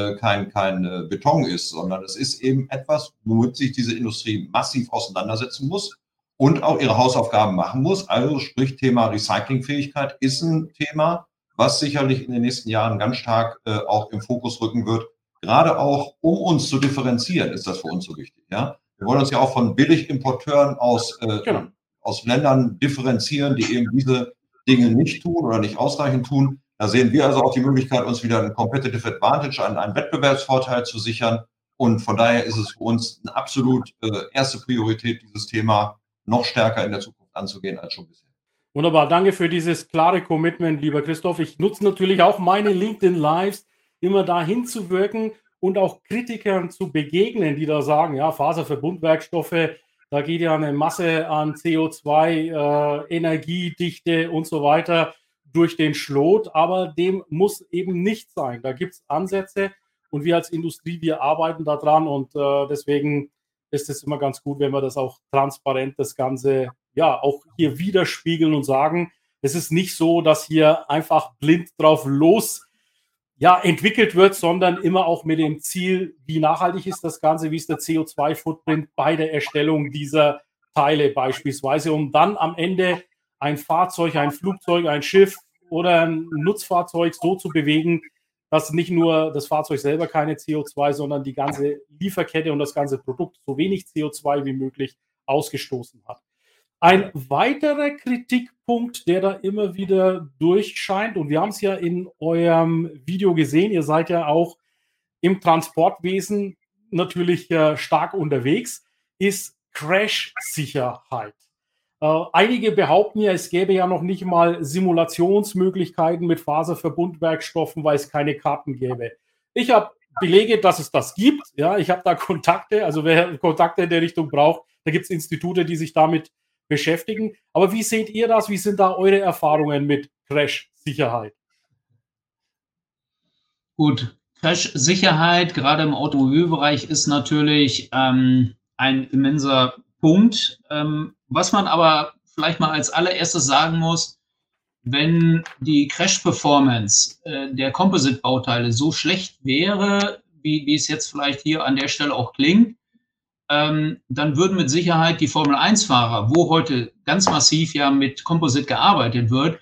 Beton ist, sondern es ist eben etwas, womit sich diese Industrie massiv auseinandersetzen muss und auch ihre Hausaufgaben machen muss. Also sprich, Thema Recyclingfähigkeit ist ein Thema, was sicherlich in den nächsten Jahren ganz stark auch im Fokus rücken wird. Gerade auch, um uns zu differenzieren, ist das für uns so wichtig. Ja? Wir wollen uns ja auch von Billigimporteuren aus Ländern differenzieren, die eben diese Dinge nicht tun oder nicht ausreichend tun. Da sehen wir also auch die Möglichkeit, uns wieder ein Competitive Advantage, einen Wettbewerbsvorteil zu sichern. Und von daher ist es für uns eine absolut erste Priorität, dieses Thema noch stärker in der Zukunft anzugehen als schon bisher. Wunderbar, danke für dieses klare Commitment, lieber Christoph. Ich nutze natürlich auch meine LinkedIn-Lives, immer dahin zu wirken und auch Kritikern zu begegnen, die da sagen, ja, Faserverbundwerkstoffe, da geht ja eine Masse an CO2, Energiedichte und so weiter durch den Schlot, aber dem muss eben nicht sein. Da gibt es Ansätze und wir als Industrie, wir arbeiten da dran und deswegen ist es immer ganz gut, wenn wir das auch transparent, das Ganze ja auch hier widerspiegeln und sagen, es ist nicht so, dass hier einfach blind drauf los entwickelt wird, sondern immer auch mit dem Ziel, wie nachhaltig ist das Ganze, wie ist der CO2-Footprint bei der Erstellung dieser Teile beispielsweise, um dann am Ende ein Fahrzeug, ein Flugzeug, ein Schiff oder ein Nutzfahrzeug so zu bewegen, dass nicht nur das Fahrzeug selber keine CO2, sondern die ganze Lieferkette und das ganze Produkt so wenig CO2 wie möglich ausgestoßen hat. Ein weiterer Kritikpunkt, der da immer wieder durchscheint, und wir haben es ja in eurem Video gesehen, ihr seid ja auch im Transportwesen natürlich stark unterwegs, ist Crash-Sicherheit. Einige behaupten ja, es gäbe ja noch nicht mal Simulationsmöglichkeiten mit Faserverbundwerkstoffen, weil es keine Karten gäbe. Ich habe Belege, dass es das gibt. Ja, ich habe da Kontakte, also wer Kontakte in der Richtung braucht, da gibt es Institute, die sich damit beschäftigen. Aber wie seht ihr das? Wie sind da eure Erfahrungen mit Crash-Sicherheit? Gut, Crash-Sicherheit, gerade im Automobilbereich, ist natürlich ein immenser Punkt. Was man aber vielleicht mal als allererstes sagen muss, wenn die Crash-Performance der Composite-Bauteile so schlecht wäre, wie es jetzt vielleicht hier an der Stelle auch klingt, dann würden mit Sicherheit die Formel-1-Fahrer, wo heute ganz massiv ja mit Composite gearbeitet wird,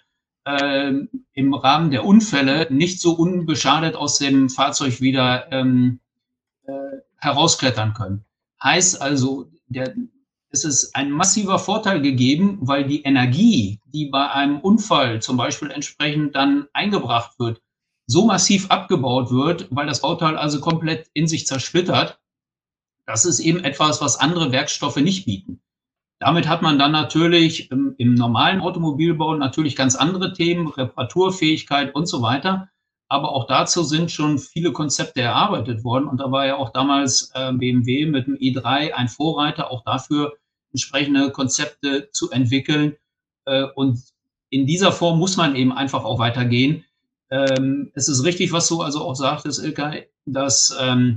im Rahmen der Unfälle nicht so unbeschadet aus dem Fahrzeug wieder herausklettern können. Heißt also, es ist ein massiver Vorteil gegeben, weil die Energie, die bei einem Unfall zum Beispiel entsprechend dann eingebracht wird, so massiv abgebaut wird, weil das Bauteil also komplett in sich zersplittert. Das ist eben etwas, was andere Werkstoffe nicht bieten. Damit hat man dann natürlich im normalen Automobilbau natürlich ganz andere Themen, Reparaturfähigkeit und so weiter. Aber auch dazu sind schon viele Konzepte erarbeitet worden. Und da war ja auch damals BMW mit dem i3 ein Vorreiter, auch dafür entsprechende Konzepte zu entwickeln. Und in dieser Form muss man eben einfach auch weitergehen. Es ist richtig, was du also auch sagtest, Ilkay, dass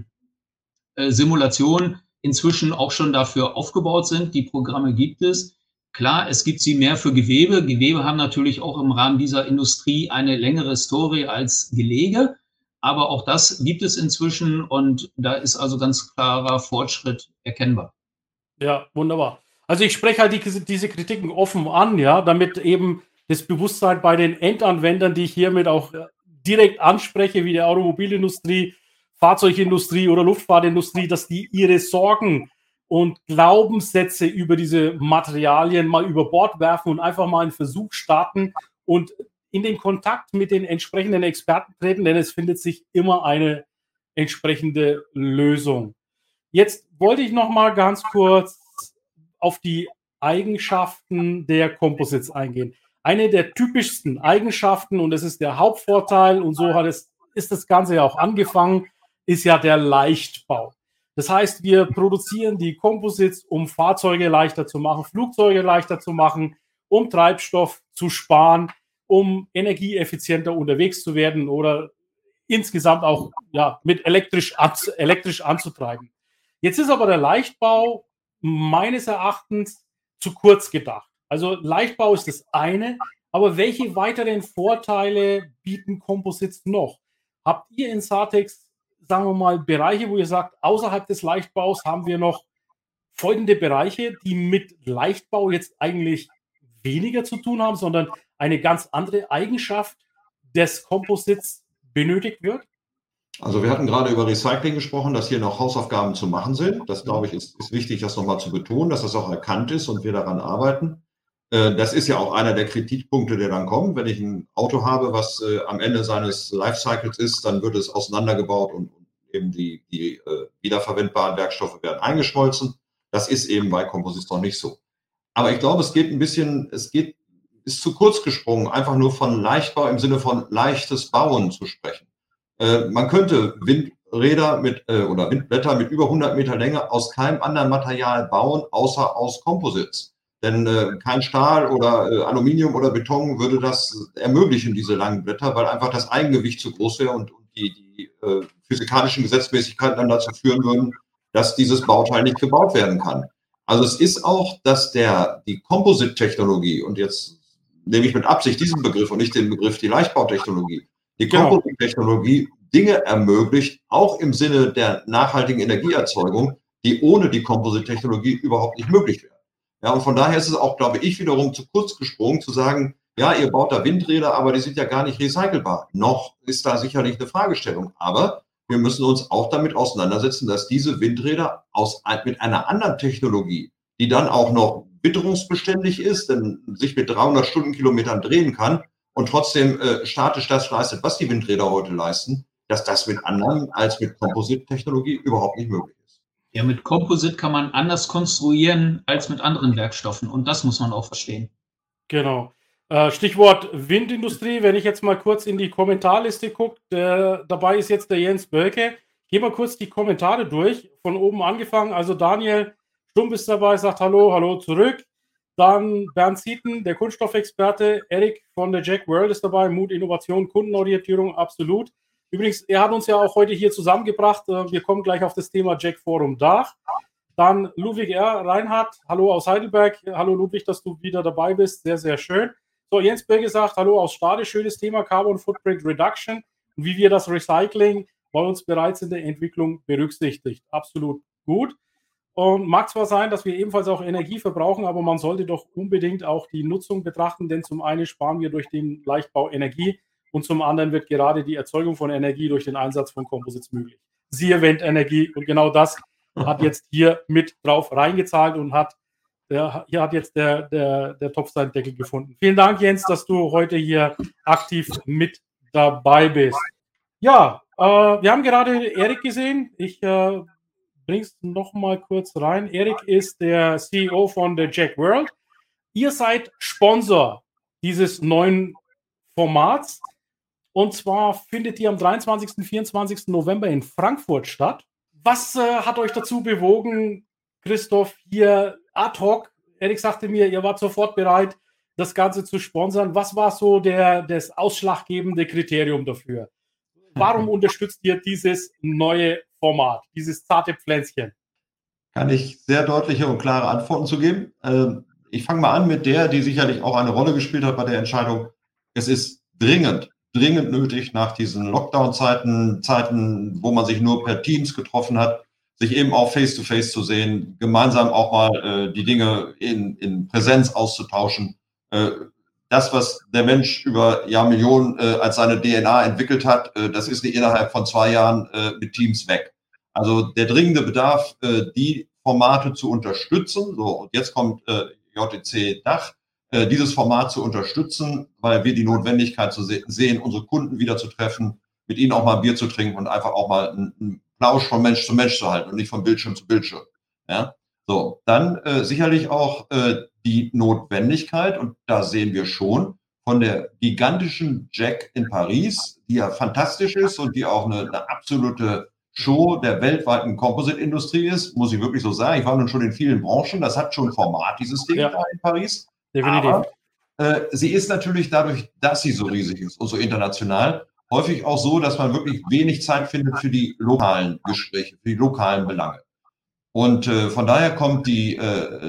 Simulationen inzwischen auch schon dafür aufgebaut sind. Die Programme gibt es. Klar, es gibt sie mehr für Gewebe. Gewebe haben natürlich auch im Rahmen dieser Industrie eine längere Historie als Gelege. Aber auch das gibt es inzwischen und da ist also ganz klarer Fortschritt erkennbar. Ja, wunderbar. Also ich spreche halt diese Kritiken offen an, ja, damit eben das Bewusstsein bei den Endanwendern, die ich hiermit auch direkt anspreche, wie der Automobilindustrie, Fahrzeugindustrie oder Luftfahrtindustrie, dass die ihre Sorgen und Glaubenssätze über diese Materialien mal über Bord werfen und einfach mal einen Versuch starten und in den Kontakt mit den entsprechenden Experten treten, denn es findet sich immer eine entsprechende Lösung. Jetzt wollte ich noch mal ganz kurz auf die Eigenschaften der Composites eingehen. Eine der typischsten Eigenschaften, und das ist der Hauptvorteil, und so ist das Ganze ja auch angefangen, ist ja der Leichtbau. Das heißt, wir produzieren die Composites, um Fahrzeuge leichter zu machen, Flugzeuge leichter zu machen, um Treibstoff zu sparen, um energieeffizienter unterwegs zu werden oder insgesamt auch mit elektrisch anzutreiben. Jetzt ist aber der Leichtbau meines Erachtens zu kurz gedacht. Also Leichtbau ist das eine, aber welche weiteren Vorteile bieten Composites noch? Habt ihr in Sartex, sagen wir mal, Bereiche, wo ihr sagt, außerhalb des Leichtbaus haben wir noch folgende Bereiche, die mit Leichtbau jetzt eigentlich weniger zu tun haben, sondern eine ganz andere Eigenschaft des Composites benötigt wird? Also wir hatten gerade über Recycling gesprochen, dass hier noch Hausaufgaben zu machen sind. Das, glaube ich, ist wichtig, das nochmal zu betonen, dass das auch erkannt ist und wir daran arbeiten. Das ist ja auch einer der Kritikpunkte, der dann kommt. Wenn ich ein Auto habe, was am Ende seines Lifecycles ist, dann wird es auseinandergebaut und eben die wiederverwendbaren Werkstoffe werden eingeschmolzen. Das ist eben bei Composites noch nicht so. Aber ich glaube, ist zu kurz gesprungen, einfach nur von Leichtbau im Sinne von leichtes Bauen zu sprechen. Man könnte Windräder oder Windblätter mit über 100 Meter Länge aus keinem anderen Material bauen, außer aus Composites. Denn kein Stahl oder Aluminium oder Beton würde das ermöglichen, diese langen Blätter, weil einfach das Eigengewicht zu groß wäre und die physikalischen Gesetzmäßigkeiten dann dazu führen würden, dass dieses Bauteil nicht gebaut werden kann. Also es ist auch, dass die Composite-Technologie, und jetzt nehme ich mit Absicht diesen Begriff und nicht den Begriff die Leichtbautechnologie, die Composite-Technologie Dinge ermöglicht, auch im Sinne der nachhaltigen Energieerzeugung, die ohne die Composite-Technologie überhaupt nicht möglich wären. Ja, und von daher ist es auch, glaube ich, wiederum zu kurz gesprungen, zu sagen, ja, ihr baut da Windräder, aber die sind ja gar nicht recycelbar. Noch ist da sicherlich eine Fragestellung. Aber wir müssen uns auch damit auseinandersetzen, dass diese Windräder mit einer anderen Technologie, die dann auch noch witterungsbeständig ist, denn sich mit 300 Stundenkilometern drehen kann und trotzdem statisch das leistet, was die Windräder heute leisten, dass das mit anderen als mit Composite-Technologie überhaupt nicht möglich ist. Ja, mit Composite kann man anders konstruieren als mit anderen Werkstoffen und das muss man auch verstehen. Genau. Stichwort Windindustrie, wenn ich jetzt mal kurz in die Kommentarliste gucke, dabei ist jetzt der Jens Bölke. Geh mal kurz die Kommentare durch, von oben angefangen. Also Daniel Stumpf ist dabei, sagt Hallo zurück. Dann Bernd Zieten, der Kunststoffexperte. Erik von der Jack World ist dabei. Mut, Innovation, Kundenorientierung, absolut. Übrigens, er hat uns ja auch heute hier zusammengebracht. Wir kommen gleich auf das Thema Jack Forum Dach. Dann Ludwig R. Reinhardt, hallo aus Heidelberg. Hallo Ludwig, dass du wieder dabei bist. Sehr, sehr schön. So, Jens Berge sagt, hallo aus Stade, schönes Thema, Carbon Footprint Reduction und wie wir das Recycling bei uns bereits in der Entwicklung berücksichtigt. Absolut gut. Und mag zwar sein, dass wir ebenfalls auch Energie verbrauchen, aber man sollte doch unbedingt auch die Nutzung betrachten, denn zum einen sparen wir durch den Leichtbau Energie und zum anderen wird gerade die Erzeugung von Energie durch den Einsatz von Composites möglich. Siehe Windenergie, und genau das hat jetzt hier mit drauf reingezahlt und hier hat jetzt der Topf seinen Deckel gefunden. Vielen Dank, Jens, dass du heute hier aktiv mit dabei bist. Ja, wir haben gerade Erik gesehen. Ich bringe es noch mal kurz rein. Erik ist der CEO von der Jack World. Ihr seid Sponsor dieses neuen Formats. Und zwar findet die am 23. und 24. November in Frankfurt statt. Was hat euch dazu bewogen, Christoph, hier ad hoc? Erik sagte mir, ihr wart sofort bereit, das Ganze zu sponsern. Was war so das ausschlaggebende Kriterium dafür? Warum unterstützt ihr dieses neue Format, dieses zarte Pflänzchen? Kann ich sehr deutliche und klare Antworten zu geben. Ich fange mal an mit der, die sicherlich auch eine Rolle gespielt hat bei der Entscheidung. Es ist dringend nötig nach diesen Lockdown-Zeiten, wo man sich nur per Teams getroffen hat, sich eben auch face-to-face zu sehen, gemeinsam auch mal die Dinge in Präsenz auszutauschen. Das, was der Mensch über Jahrmillionen als seine DNA entwickelt hat, das ist nicht innerhalb von 2 Jahren mit Teams weg. Also der dringende Bedarf, die Formate zu unterstützen. So, und jetzt kommt JTC Dach, dieses Format zu unterstützen, weil wir die Notwendigkeit sehen, unsere Kunden wieder zu treffen, mit ihnen auch mal ein Bier zu trinken und einfach auch mal einen Plausch von Mensch zu Mensch zu halten und nicht von Bildschirm zu Bildschirm. Ja? So, dann sicherlich auch die Notwendigkeit, und da sehen wir schon, von der gigantischen Jack in Paris, die ja fantastisch ist und die auch eine absolute Show der weltweiten Composite-Industrie ist, muss ich wirklich so sagen. Ich war nun schon in vielen Branchen, das hat schon Format, dieses Ding da in Paris. Definitiv. Aber sie ist natürlich dadurch, dass sie so riesig ist und so international, häufig auch so, dass man wirklich wenig Zeit findet für die lokalen Gespräche, für die lokalen Belange. Und von daher kommt die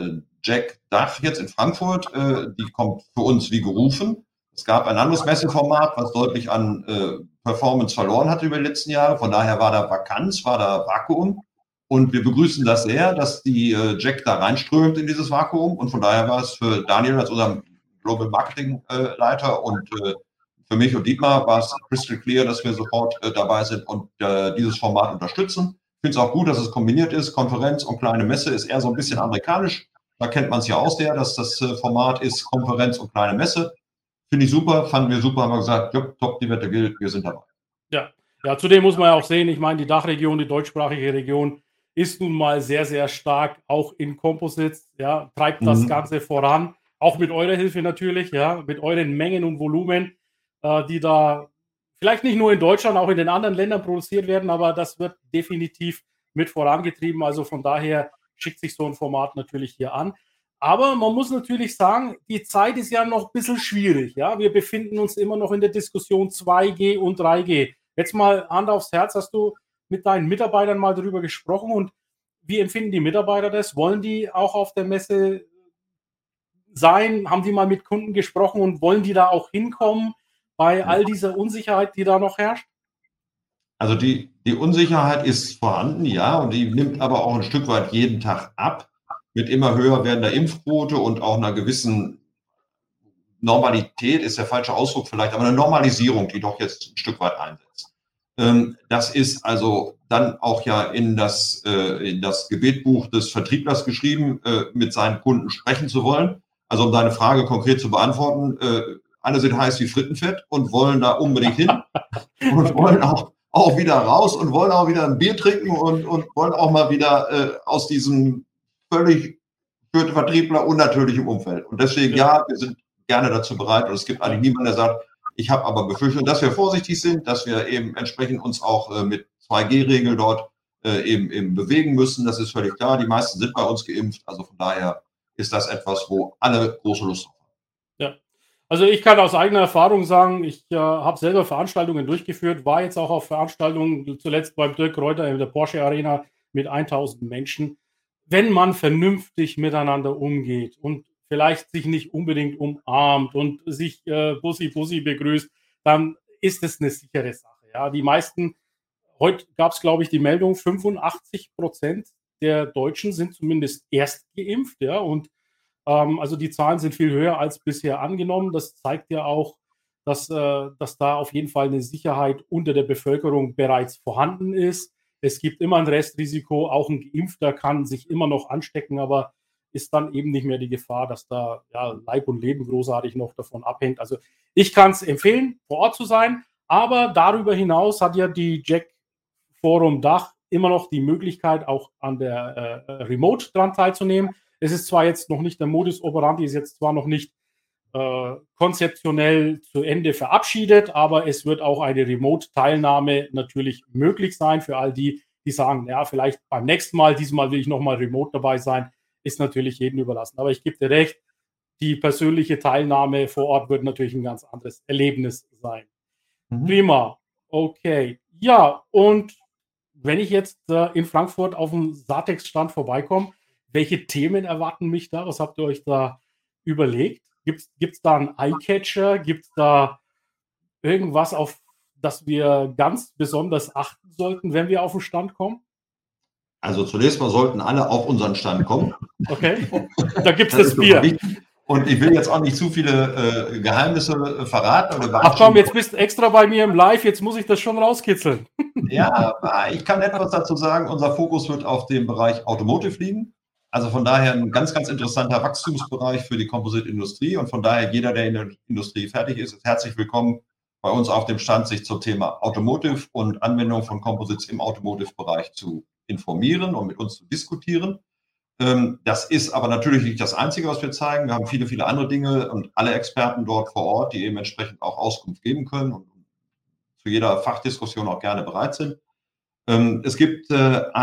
Jack Dach jetzt in Frankfurt, die kommt für uns wie gerufen. Es gab ein anderes Messeformat, was deutlich an Performance verloren hatte über die letzten Jahre. Von daher war da Vakanz, war da Vakuum. Und wir begrüßen das sehr, dass die Jack da reinströmt in dieses Vakuum. Und von daher war es für Daniel als unserem Global Marketing Leiter und für mich und Dietmar war es crystal clear, dass wir sofort dabei sind und dieses Format unterstützen. Ich finde es auch gut, dass es kombiniert ist. Konferenz und kleine Messe ist eher so ein bisschen amerikanisch. Da kennt man es ja auch sehr, dass das Format ist Konferenz und kleine Messe. Finde ich super, fanden wir super, haben wir gesagt, ja, top, die Wette gilt, wir sind dabei. Ja, zudem muss man ja auch sehen, ich meine, die Dachregion, die deutschsprachige Region ist nun mal sehr, sehr stark, auch in Composites, ja, treibt das Ganze voran, auch mit eurer Hilfe natürlich, ja, mit euren Mengen und Volumen, die da vielleicht nicht nur in Deutschland, auch in den anderen Ländern produziert werden, aber das wird definitiv mit vorangetrieben, also von daher schickt sich so ein Format natürlich hier an. Aber man muss natürlich sagen, die Zeit ist ja noch ein bisschen schwierig. Ja? Wir befinden uns immer noch in der Diskussion 2G und 3G. Jetzt mal Hand aufs Herz, hast du mit deinen Mitarbeitern mal darüber gesprochen und wie empfinden die Mitarbeiter das? Wollen die auch auf der Messe sein? Haben die mal mit Kunden gesprochen und wollen die da auch hinkommen bei all dieser Unsicherheit, die da noch herrscht? Also die Unsicherheit ist vorhanden, ja, und die nimmt aber auch ein Stück weit jeden Tag ab. Mit immer höher werdender Impfquote und auch einer gewissen Normalität, ist der falsche Ausdruck vielleicht, aber eine Normalisierung, die doch jetzt ein Stück weit einsetzt. Das ist also dann auch ja in das Gebetbuch des Vertrieblers geschrieben, mit seinen Kunden sprechen zu wollen. Also um deine Frage konkret zu beantworten, alle sind heiß wie Frittenfett und wollen da unbedingt hin und wollen auch wieder raus und wollen auch wieder ein Bier trinken und wollen auch mal wieder aus diesem völlig für den Vertriebler unnatürlichem Umfeld. Und deswegen, ja, wir sind gerne dazu bereit. Und es gibt eigentlich niemanden, der sagt, ich habe aber befürchtet, dass wir vorsichtig sind, dass wir eben entsprechend uns auch mit 2G-Regel dort eben bewegen müssen. Das ist völlig klar. Die meisten sind bei uns geimpft. Also von daher ist das etwas, wo alle große Lust drauf haben. Ja. Also ich kann aus eigener Erfahrung sagen, ich habe selber Veranstaltungen durchgeführt, war jetzt auch auf Veranstaltungen, zuletzt beim Dirk Reuter in der Porsche Arena mit 1000 Menschen. Wenn man vernünftig miteinander umgeht und vielleicht sich nicht unbedingt umarmt und sich Bussi begrüßt, dann ist es eine sichere Sache. Ja, die meisten, heute gab es, glaube ich, die Meldung, 85% der Deutschen sind zumindest erst geimpft, ja, und also die Zahlen sind viel höher als bisher angenommen. Das zeigt ja auch, dass da auf jeden Fall eine Sicherheit unter der Bevölkerung bereits vorhanden ist. Es gibt immer ein Restrisiko, auch ein Geimpfter kann sich immer noch anstecken, aber ist dann eben nicht mehr die Gefahr, dass da ja, Leib und Leben großartig noch davon abhängt. Also ich kann es empfehlen, vor Ort zu sein, aber darüber hinaus hat ja die Jack Forum Dach immer noch die Möglichkeit, auch an der Remote dran teilzunehmen. Es ist zwar jetzt noch nicht, der Modus operandi ist jetzt zwar noch nicht konzeptionell zu Ende verabschiedet, aber es wird auch eine Remote-Teilnahme natürlich möglich sein für all die, die sagen, ja, vielleicht beim nächsten Mal, diesmal will ich nochmal remote dabei sein, ist natürlich jedem überlassen. Aber ich gebe dir recht, die persönliche Teilnahme vor Ort wird natürlich ein ganz anderes Erlebnis sein. Prima, okay. Ja, und wenn ich jetzt in Frankfurt auf dem Satex-Stand vorbeikomme, welche Themen erwarten mich da? Was habt ihr euch da überlegt? Gibt es da einen Eyecatcher? Gibt es da irgendwas, auf das wir ganz besonders achten sollten, wenn wir auf den Stand kommen? Also zunächst mal sollten alle auf unseren Stand kommen. Okay, da gibt es das Bier. Und ich will jetzt auch nicht zu viele Geheimnisse verraten. Ach komm, jetzt bist du extra bei mir im Live, jetzt muss ich das schon rauskitzeln. Ja, ich kann etwas dazu sagen. Unser Fokus wird auf dem Bereich Automotive liegen. Also von daher ein ganz, ganz interessanter Wachstumsbereich für die Composite-Industrie. Und von daher jeder, der in der Industrie fertig ist, ist herzlich willkommen bei uns auf dem Stand, sich zum Thema Automotive und Anwendung von Composites im Automotive-Bereich zu informieren und mit uns zu diskutieren. Das ist aber natürlich nicht das Einzige, was wir zeigen. Wir haben viele, viele andere Dinge und alle Experten dort vor Ort, die eben entsprechend auch Auskunft geben können und zu jeder Fachdiskussion auch gerne bereit sind. Es gibt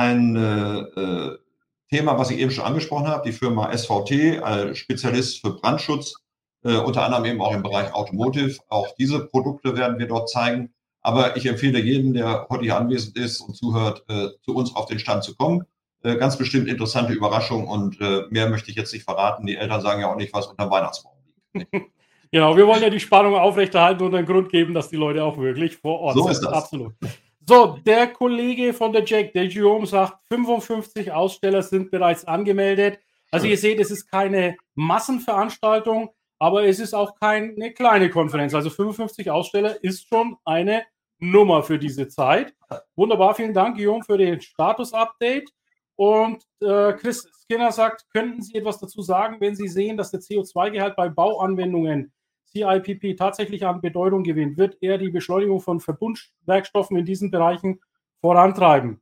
ein Thema, was ich eben schon angesprochen habe, die Firma SVT, Spezialist für Brandschutz, unter anderem eben auch im Bereich Automotive. Auch diese Produkte werden wir dort zeigen. Aber ich empfehle jedem, der heute hier anwesend ist und zuhört, zu uns auf den Stand zu kommen. Ganz bestimmt interessante Überraschung und mehr möchte ich jetzt nicht verraten. Die Eltern sagen ja auch nicht, was unter dem Weihnachtsbaum liegt. Genau, wir wollen ja die Spannung aufrechterhalten und einen Grund geben, dass die Leute auch wirklich vor Ort sind. So ist das. Absolut. So, der Kollege von der Jack, der Guillaume, sagt, 55 Aussteller sind bereits angemeldet. Also ihr seht, es ist keine Massenveranstaltung, aber es ist auch keine kleine Konferenz. Also 55 Aussteller ist schon eine Nummer für diese Zeit. Wunderbar, vielen Dank, Guillaume, für den Status-Update. Und Chris Skinner sagt, könnten Sie etwas dazu sagen, wenn Sie sehen, dass der CO2-Gehalt bei Bauanwendungen CIPP tatsächlich an Bedeutung gewinnt? Wird er die Beschleunigung von Verbundwerkstoffen in diesen Bereichen vorantreiben?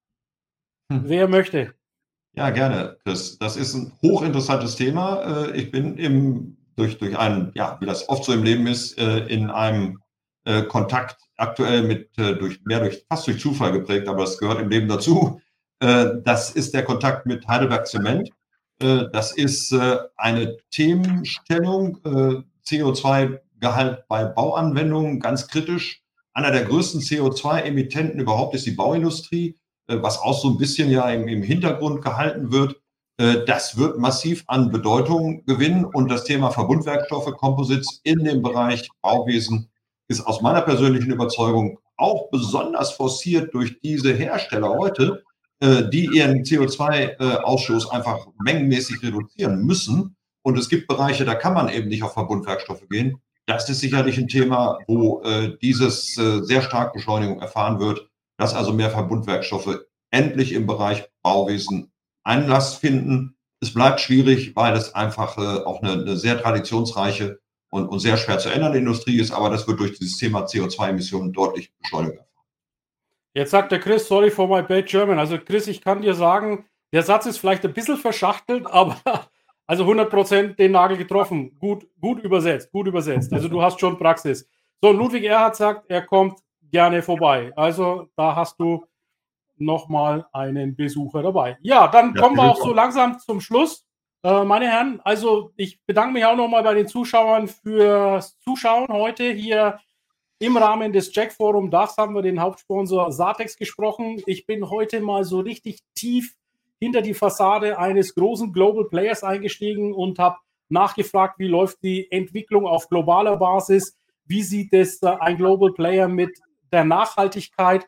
Wer möchte? Ja, gerne, Chris. Das ist ein hochinteressantes Thema. Ich bin durch einen, ja, wie das oft so im Leben ist, in einem Kontakt aktuell fast durch Zufall geprägt, aber das gehört im Leben dazu. Das ist der Kontakt mit Heidelberg Zement. Das ist eine Themenstellung, CO2-Gehalt bei Bauanwendungen, ganz kritisch. Einer der größten CO2-Emittenten überhaupt ist die Bauindustrie, was auch so ein bisschen ja im Hintergrund gehalten wird. Das wird massiv an Bedeutung gewinnen und das Thema Verbundwerkstoffe, Composites in dem Bereich Bauwesen ist aus meiner persönlichen Überzeugung auch besonders forciert durch diese Hersteller heute, die ihren CO2-Ausstoß einfach mengenmäßig reduzieren müssen. Und es gibt Bereiche, da kann man eben nicht auf Verbundwerkstoffe gehen. Das ist sicherlich ein Thema, wo dieses sehr stark Beschleunigung erfahren wird, dass also mehr Verbundwerkstoffe endlich im Bereich Bauwesen Einlass finden. Es bleibt schwierig, weil es einfach auch eine sehr traditionsreiche und sehr schwer zu ändernde Industrie ist, aber das wird durch dieses Thema CO2-Emissionen deutlich beschleunigt. Jetzt sagt der Chris, sorry for my bad German. Also Chris, ich kann dir sagen, der Satz ist vielleicht ein bisschen verschachtelt, aber also 100% den Nagel getroffen. Gut übersetzt, gut übersetzt. Also du hast schon Praxis. So, Ludwig Erhard sagt, er kommt gerne vorbei. Also da hast du nochmal einen Besucher dabei. Ja, dann kommen wir auch so langsam zum Schluss. Meine Herren, also ich bedanke mich auch nochmal bei den Zuschauern fürs Zuschauen heute hier. Im Rahmen des Jack Forum Dachs haben wir den Hauptsponsor Satex gesprochen. Ich bin heute mal so richtig tief hinter die Fassade eines großen Global Players eingestiegen und habe nachgefragt, wie läuft die Entwicklung auf globaler Basis? Wie sieht es ein Global Player mit der Nachhaltigkeit?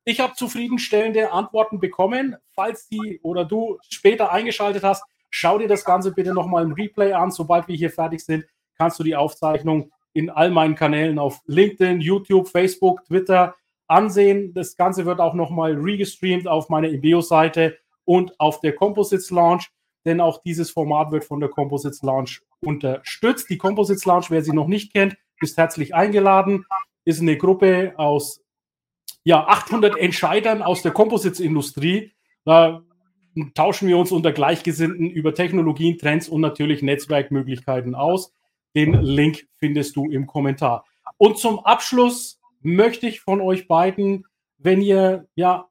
Ich habe zufriedenstellende Antworten bekommen. Falls die oder du später eingeschaltet hast, schau dir das Ganze bitte nochmal im Replay an. Sobald wir hier fertig sind, kannst du die Aufzeichnung in all meinen Kanälen auf LinkedIn, YouTube, Facebook, Twitter ansehen. Das Ganze wird auch nochmal regestreamt auf meiner Ebeo-Seite und auf der Composites Lounge, denn auch dieses Format wird von der Composites Lounge unterstützt. Die Composites Lounge, wer sie noch nicht kennt, ist herzlich eingeladen. Ist eine Gruppe aus 800 Entscheidern aus der Composites-Industrie. Da tauschen wir uns unter Gleichgesinnten über Technologien, Trends und natürlich Netzwerkmöglichkeiten aus. Den Link findest du im Kommentar. Und zum Abschluss möchte ich von euch beiden, wenn ihr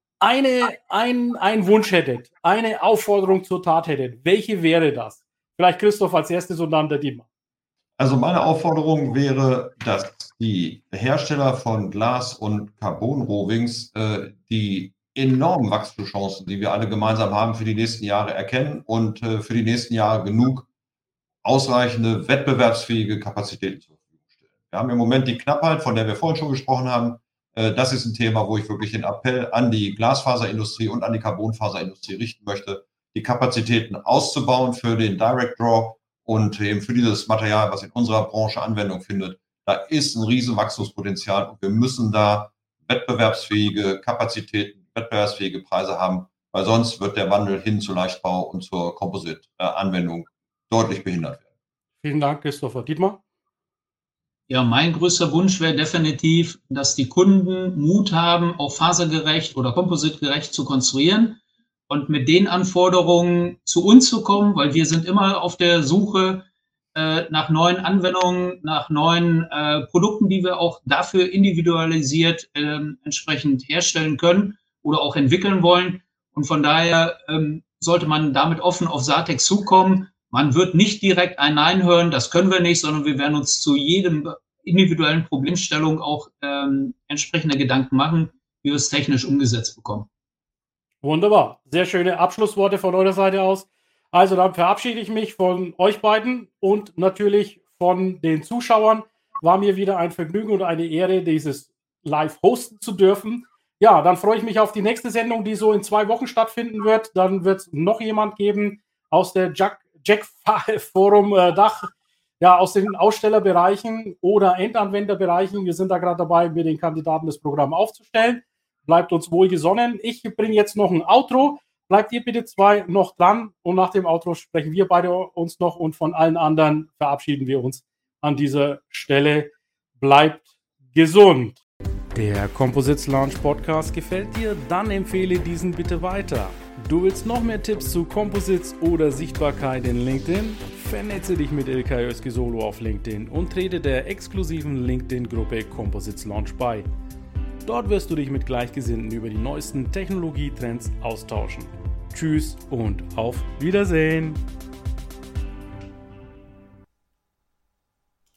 einen Wunsch hättet, eine Aufforderung zur Tat hättet, welche wäre das? Vielleicht Christoph als erstes und dann der Dietmar. Also meine Aufforderung wäre, dass die Hersteller von Glas- und Carbon-Rovings die enormen Wachstumschancen, die wir alle gemeinsam haben, für die nächsten Jahre erkennen und für die nächsten Jahre genug ausreichende, wettbewerbsfähige Kapazitäten zur Verfügung stellen. Wir haben im Moment die Knappheit, von der wir vorhin schon gesprochen haben. Das ist ein Thema, wo ich wirklich den Appell an die Glasfaserindustrie und an die Carbonfaserindustrie richten möchte, die Kapazitäten auszubauen für den Direct Draw und eben für dieses Material, was in unserer Branche Anwendung findet. Da ist ein riesen Wachstumspotenzial und wir müssen da wettbewerbsfähige Kapazitäten, wettbewerbsfähige Preise haben, weil sonst wird der Wandel hin zu Leichtbau und zur Composite-Anwendung deutlich behindert werden. Vielen Dank, Christopher. Dietmar? Ja, mein größter Wunsch wäre definitiv, dass die Kunden Mut haben, auch fasergerecht oder kompositgerecht zu konstruieren und mit den Anforderungen zu uns zu kommen, weil wir sind immer auf der Suche nach neuen Anwendungen, nach neuen Produkten, die wir auch dafür individualisiert entsprechend herstellen können oder auch entwickeln wollen. Und von daher sollte man damit offen auf SATEX zukommen. Man wird nicht direkt ein Nein hören, das können wir nicht, sondern wir werden uns zu jedem individuellen Problemstellung auch entsprechende Gedanken machen, wie wir es technisch umgesetzt bekommen. Wunderbar. Sehr schöne Abschlussworte von eurer Seite aus. Also dann verabschiede ich mich von euch beiden und natürlich von den Zuschauern. War mir wieder ein Vergnügen und eine Ehre, dieses live hosten zu dürfen. Ja, dann freue ich mich auf die nächste Sendung, die so in 2 Wochen stattfinden wird. Dann wird es noch jemand geben aus der Jack Forum Dach, aus den Ausstellerbereichen oder Endanwenderbereichen. Wir sind da gerade dabei, mit den Kandidaten das Programm aufzustellen. Bleibt uns wohlgesonnen. Ich bringe jetzt noch ein Outro. Bleibt ihr bitte 2 noch dran und nach dem Outro sprechen wir beide uns noch und von allen anderen verabschieden wir uns an dieser Stelle. Bleibt gesund. Der Composites Lounge Podcast gefällt dir? Dann empfehle diesen bitte weiter. Du willst noch mehr Tipps zu Composites oder Sichtbarkeit in LinkedIn? Vernetze dich mit Ilkay Özki-Solo auf LinkedIn und trete der exklusiven LinkedIn-Gruppe Composites Lounge bei. Dort wirst du dich mit Gleichgesinnten über die neuesten Technologietrends austauschen. Tschüss und auf Wiedersehen!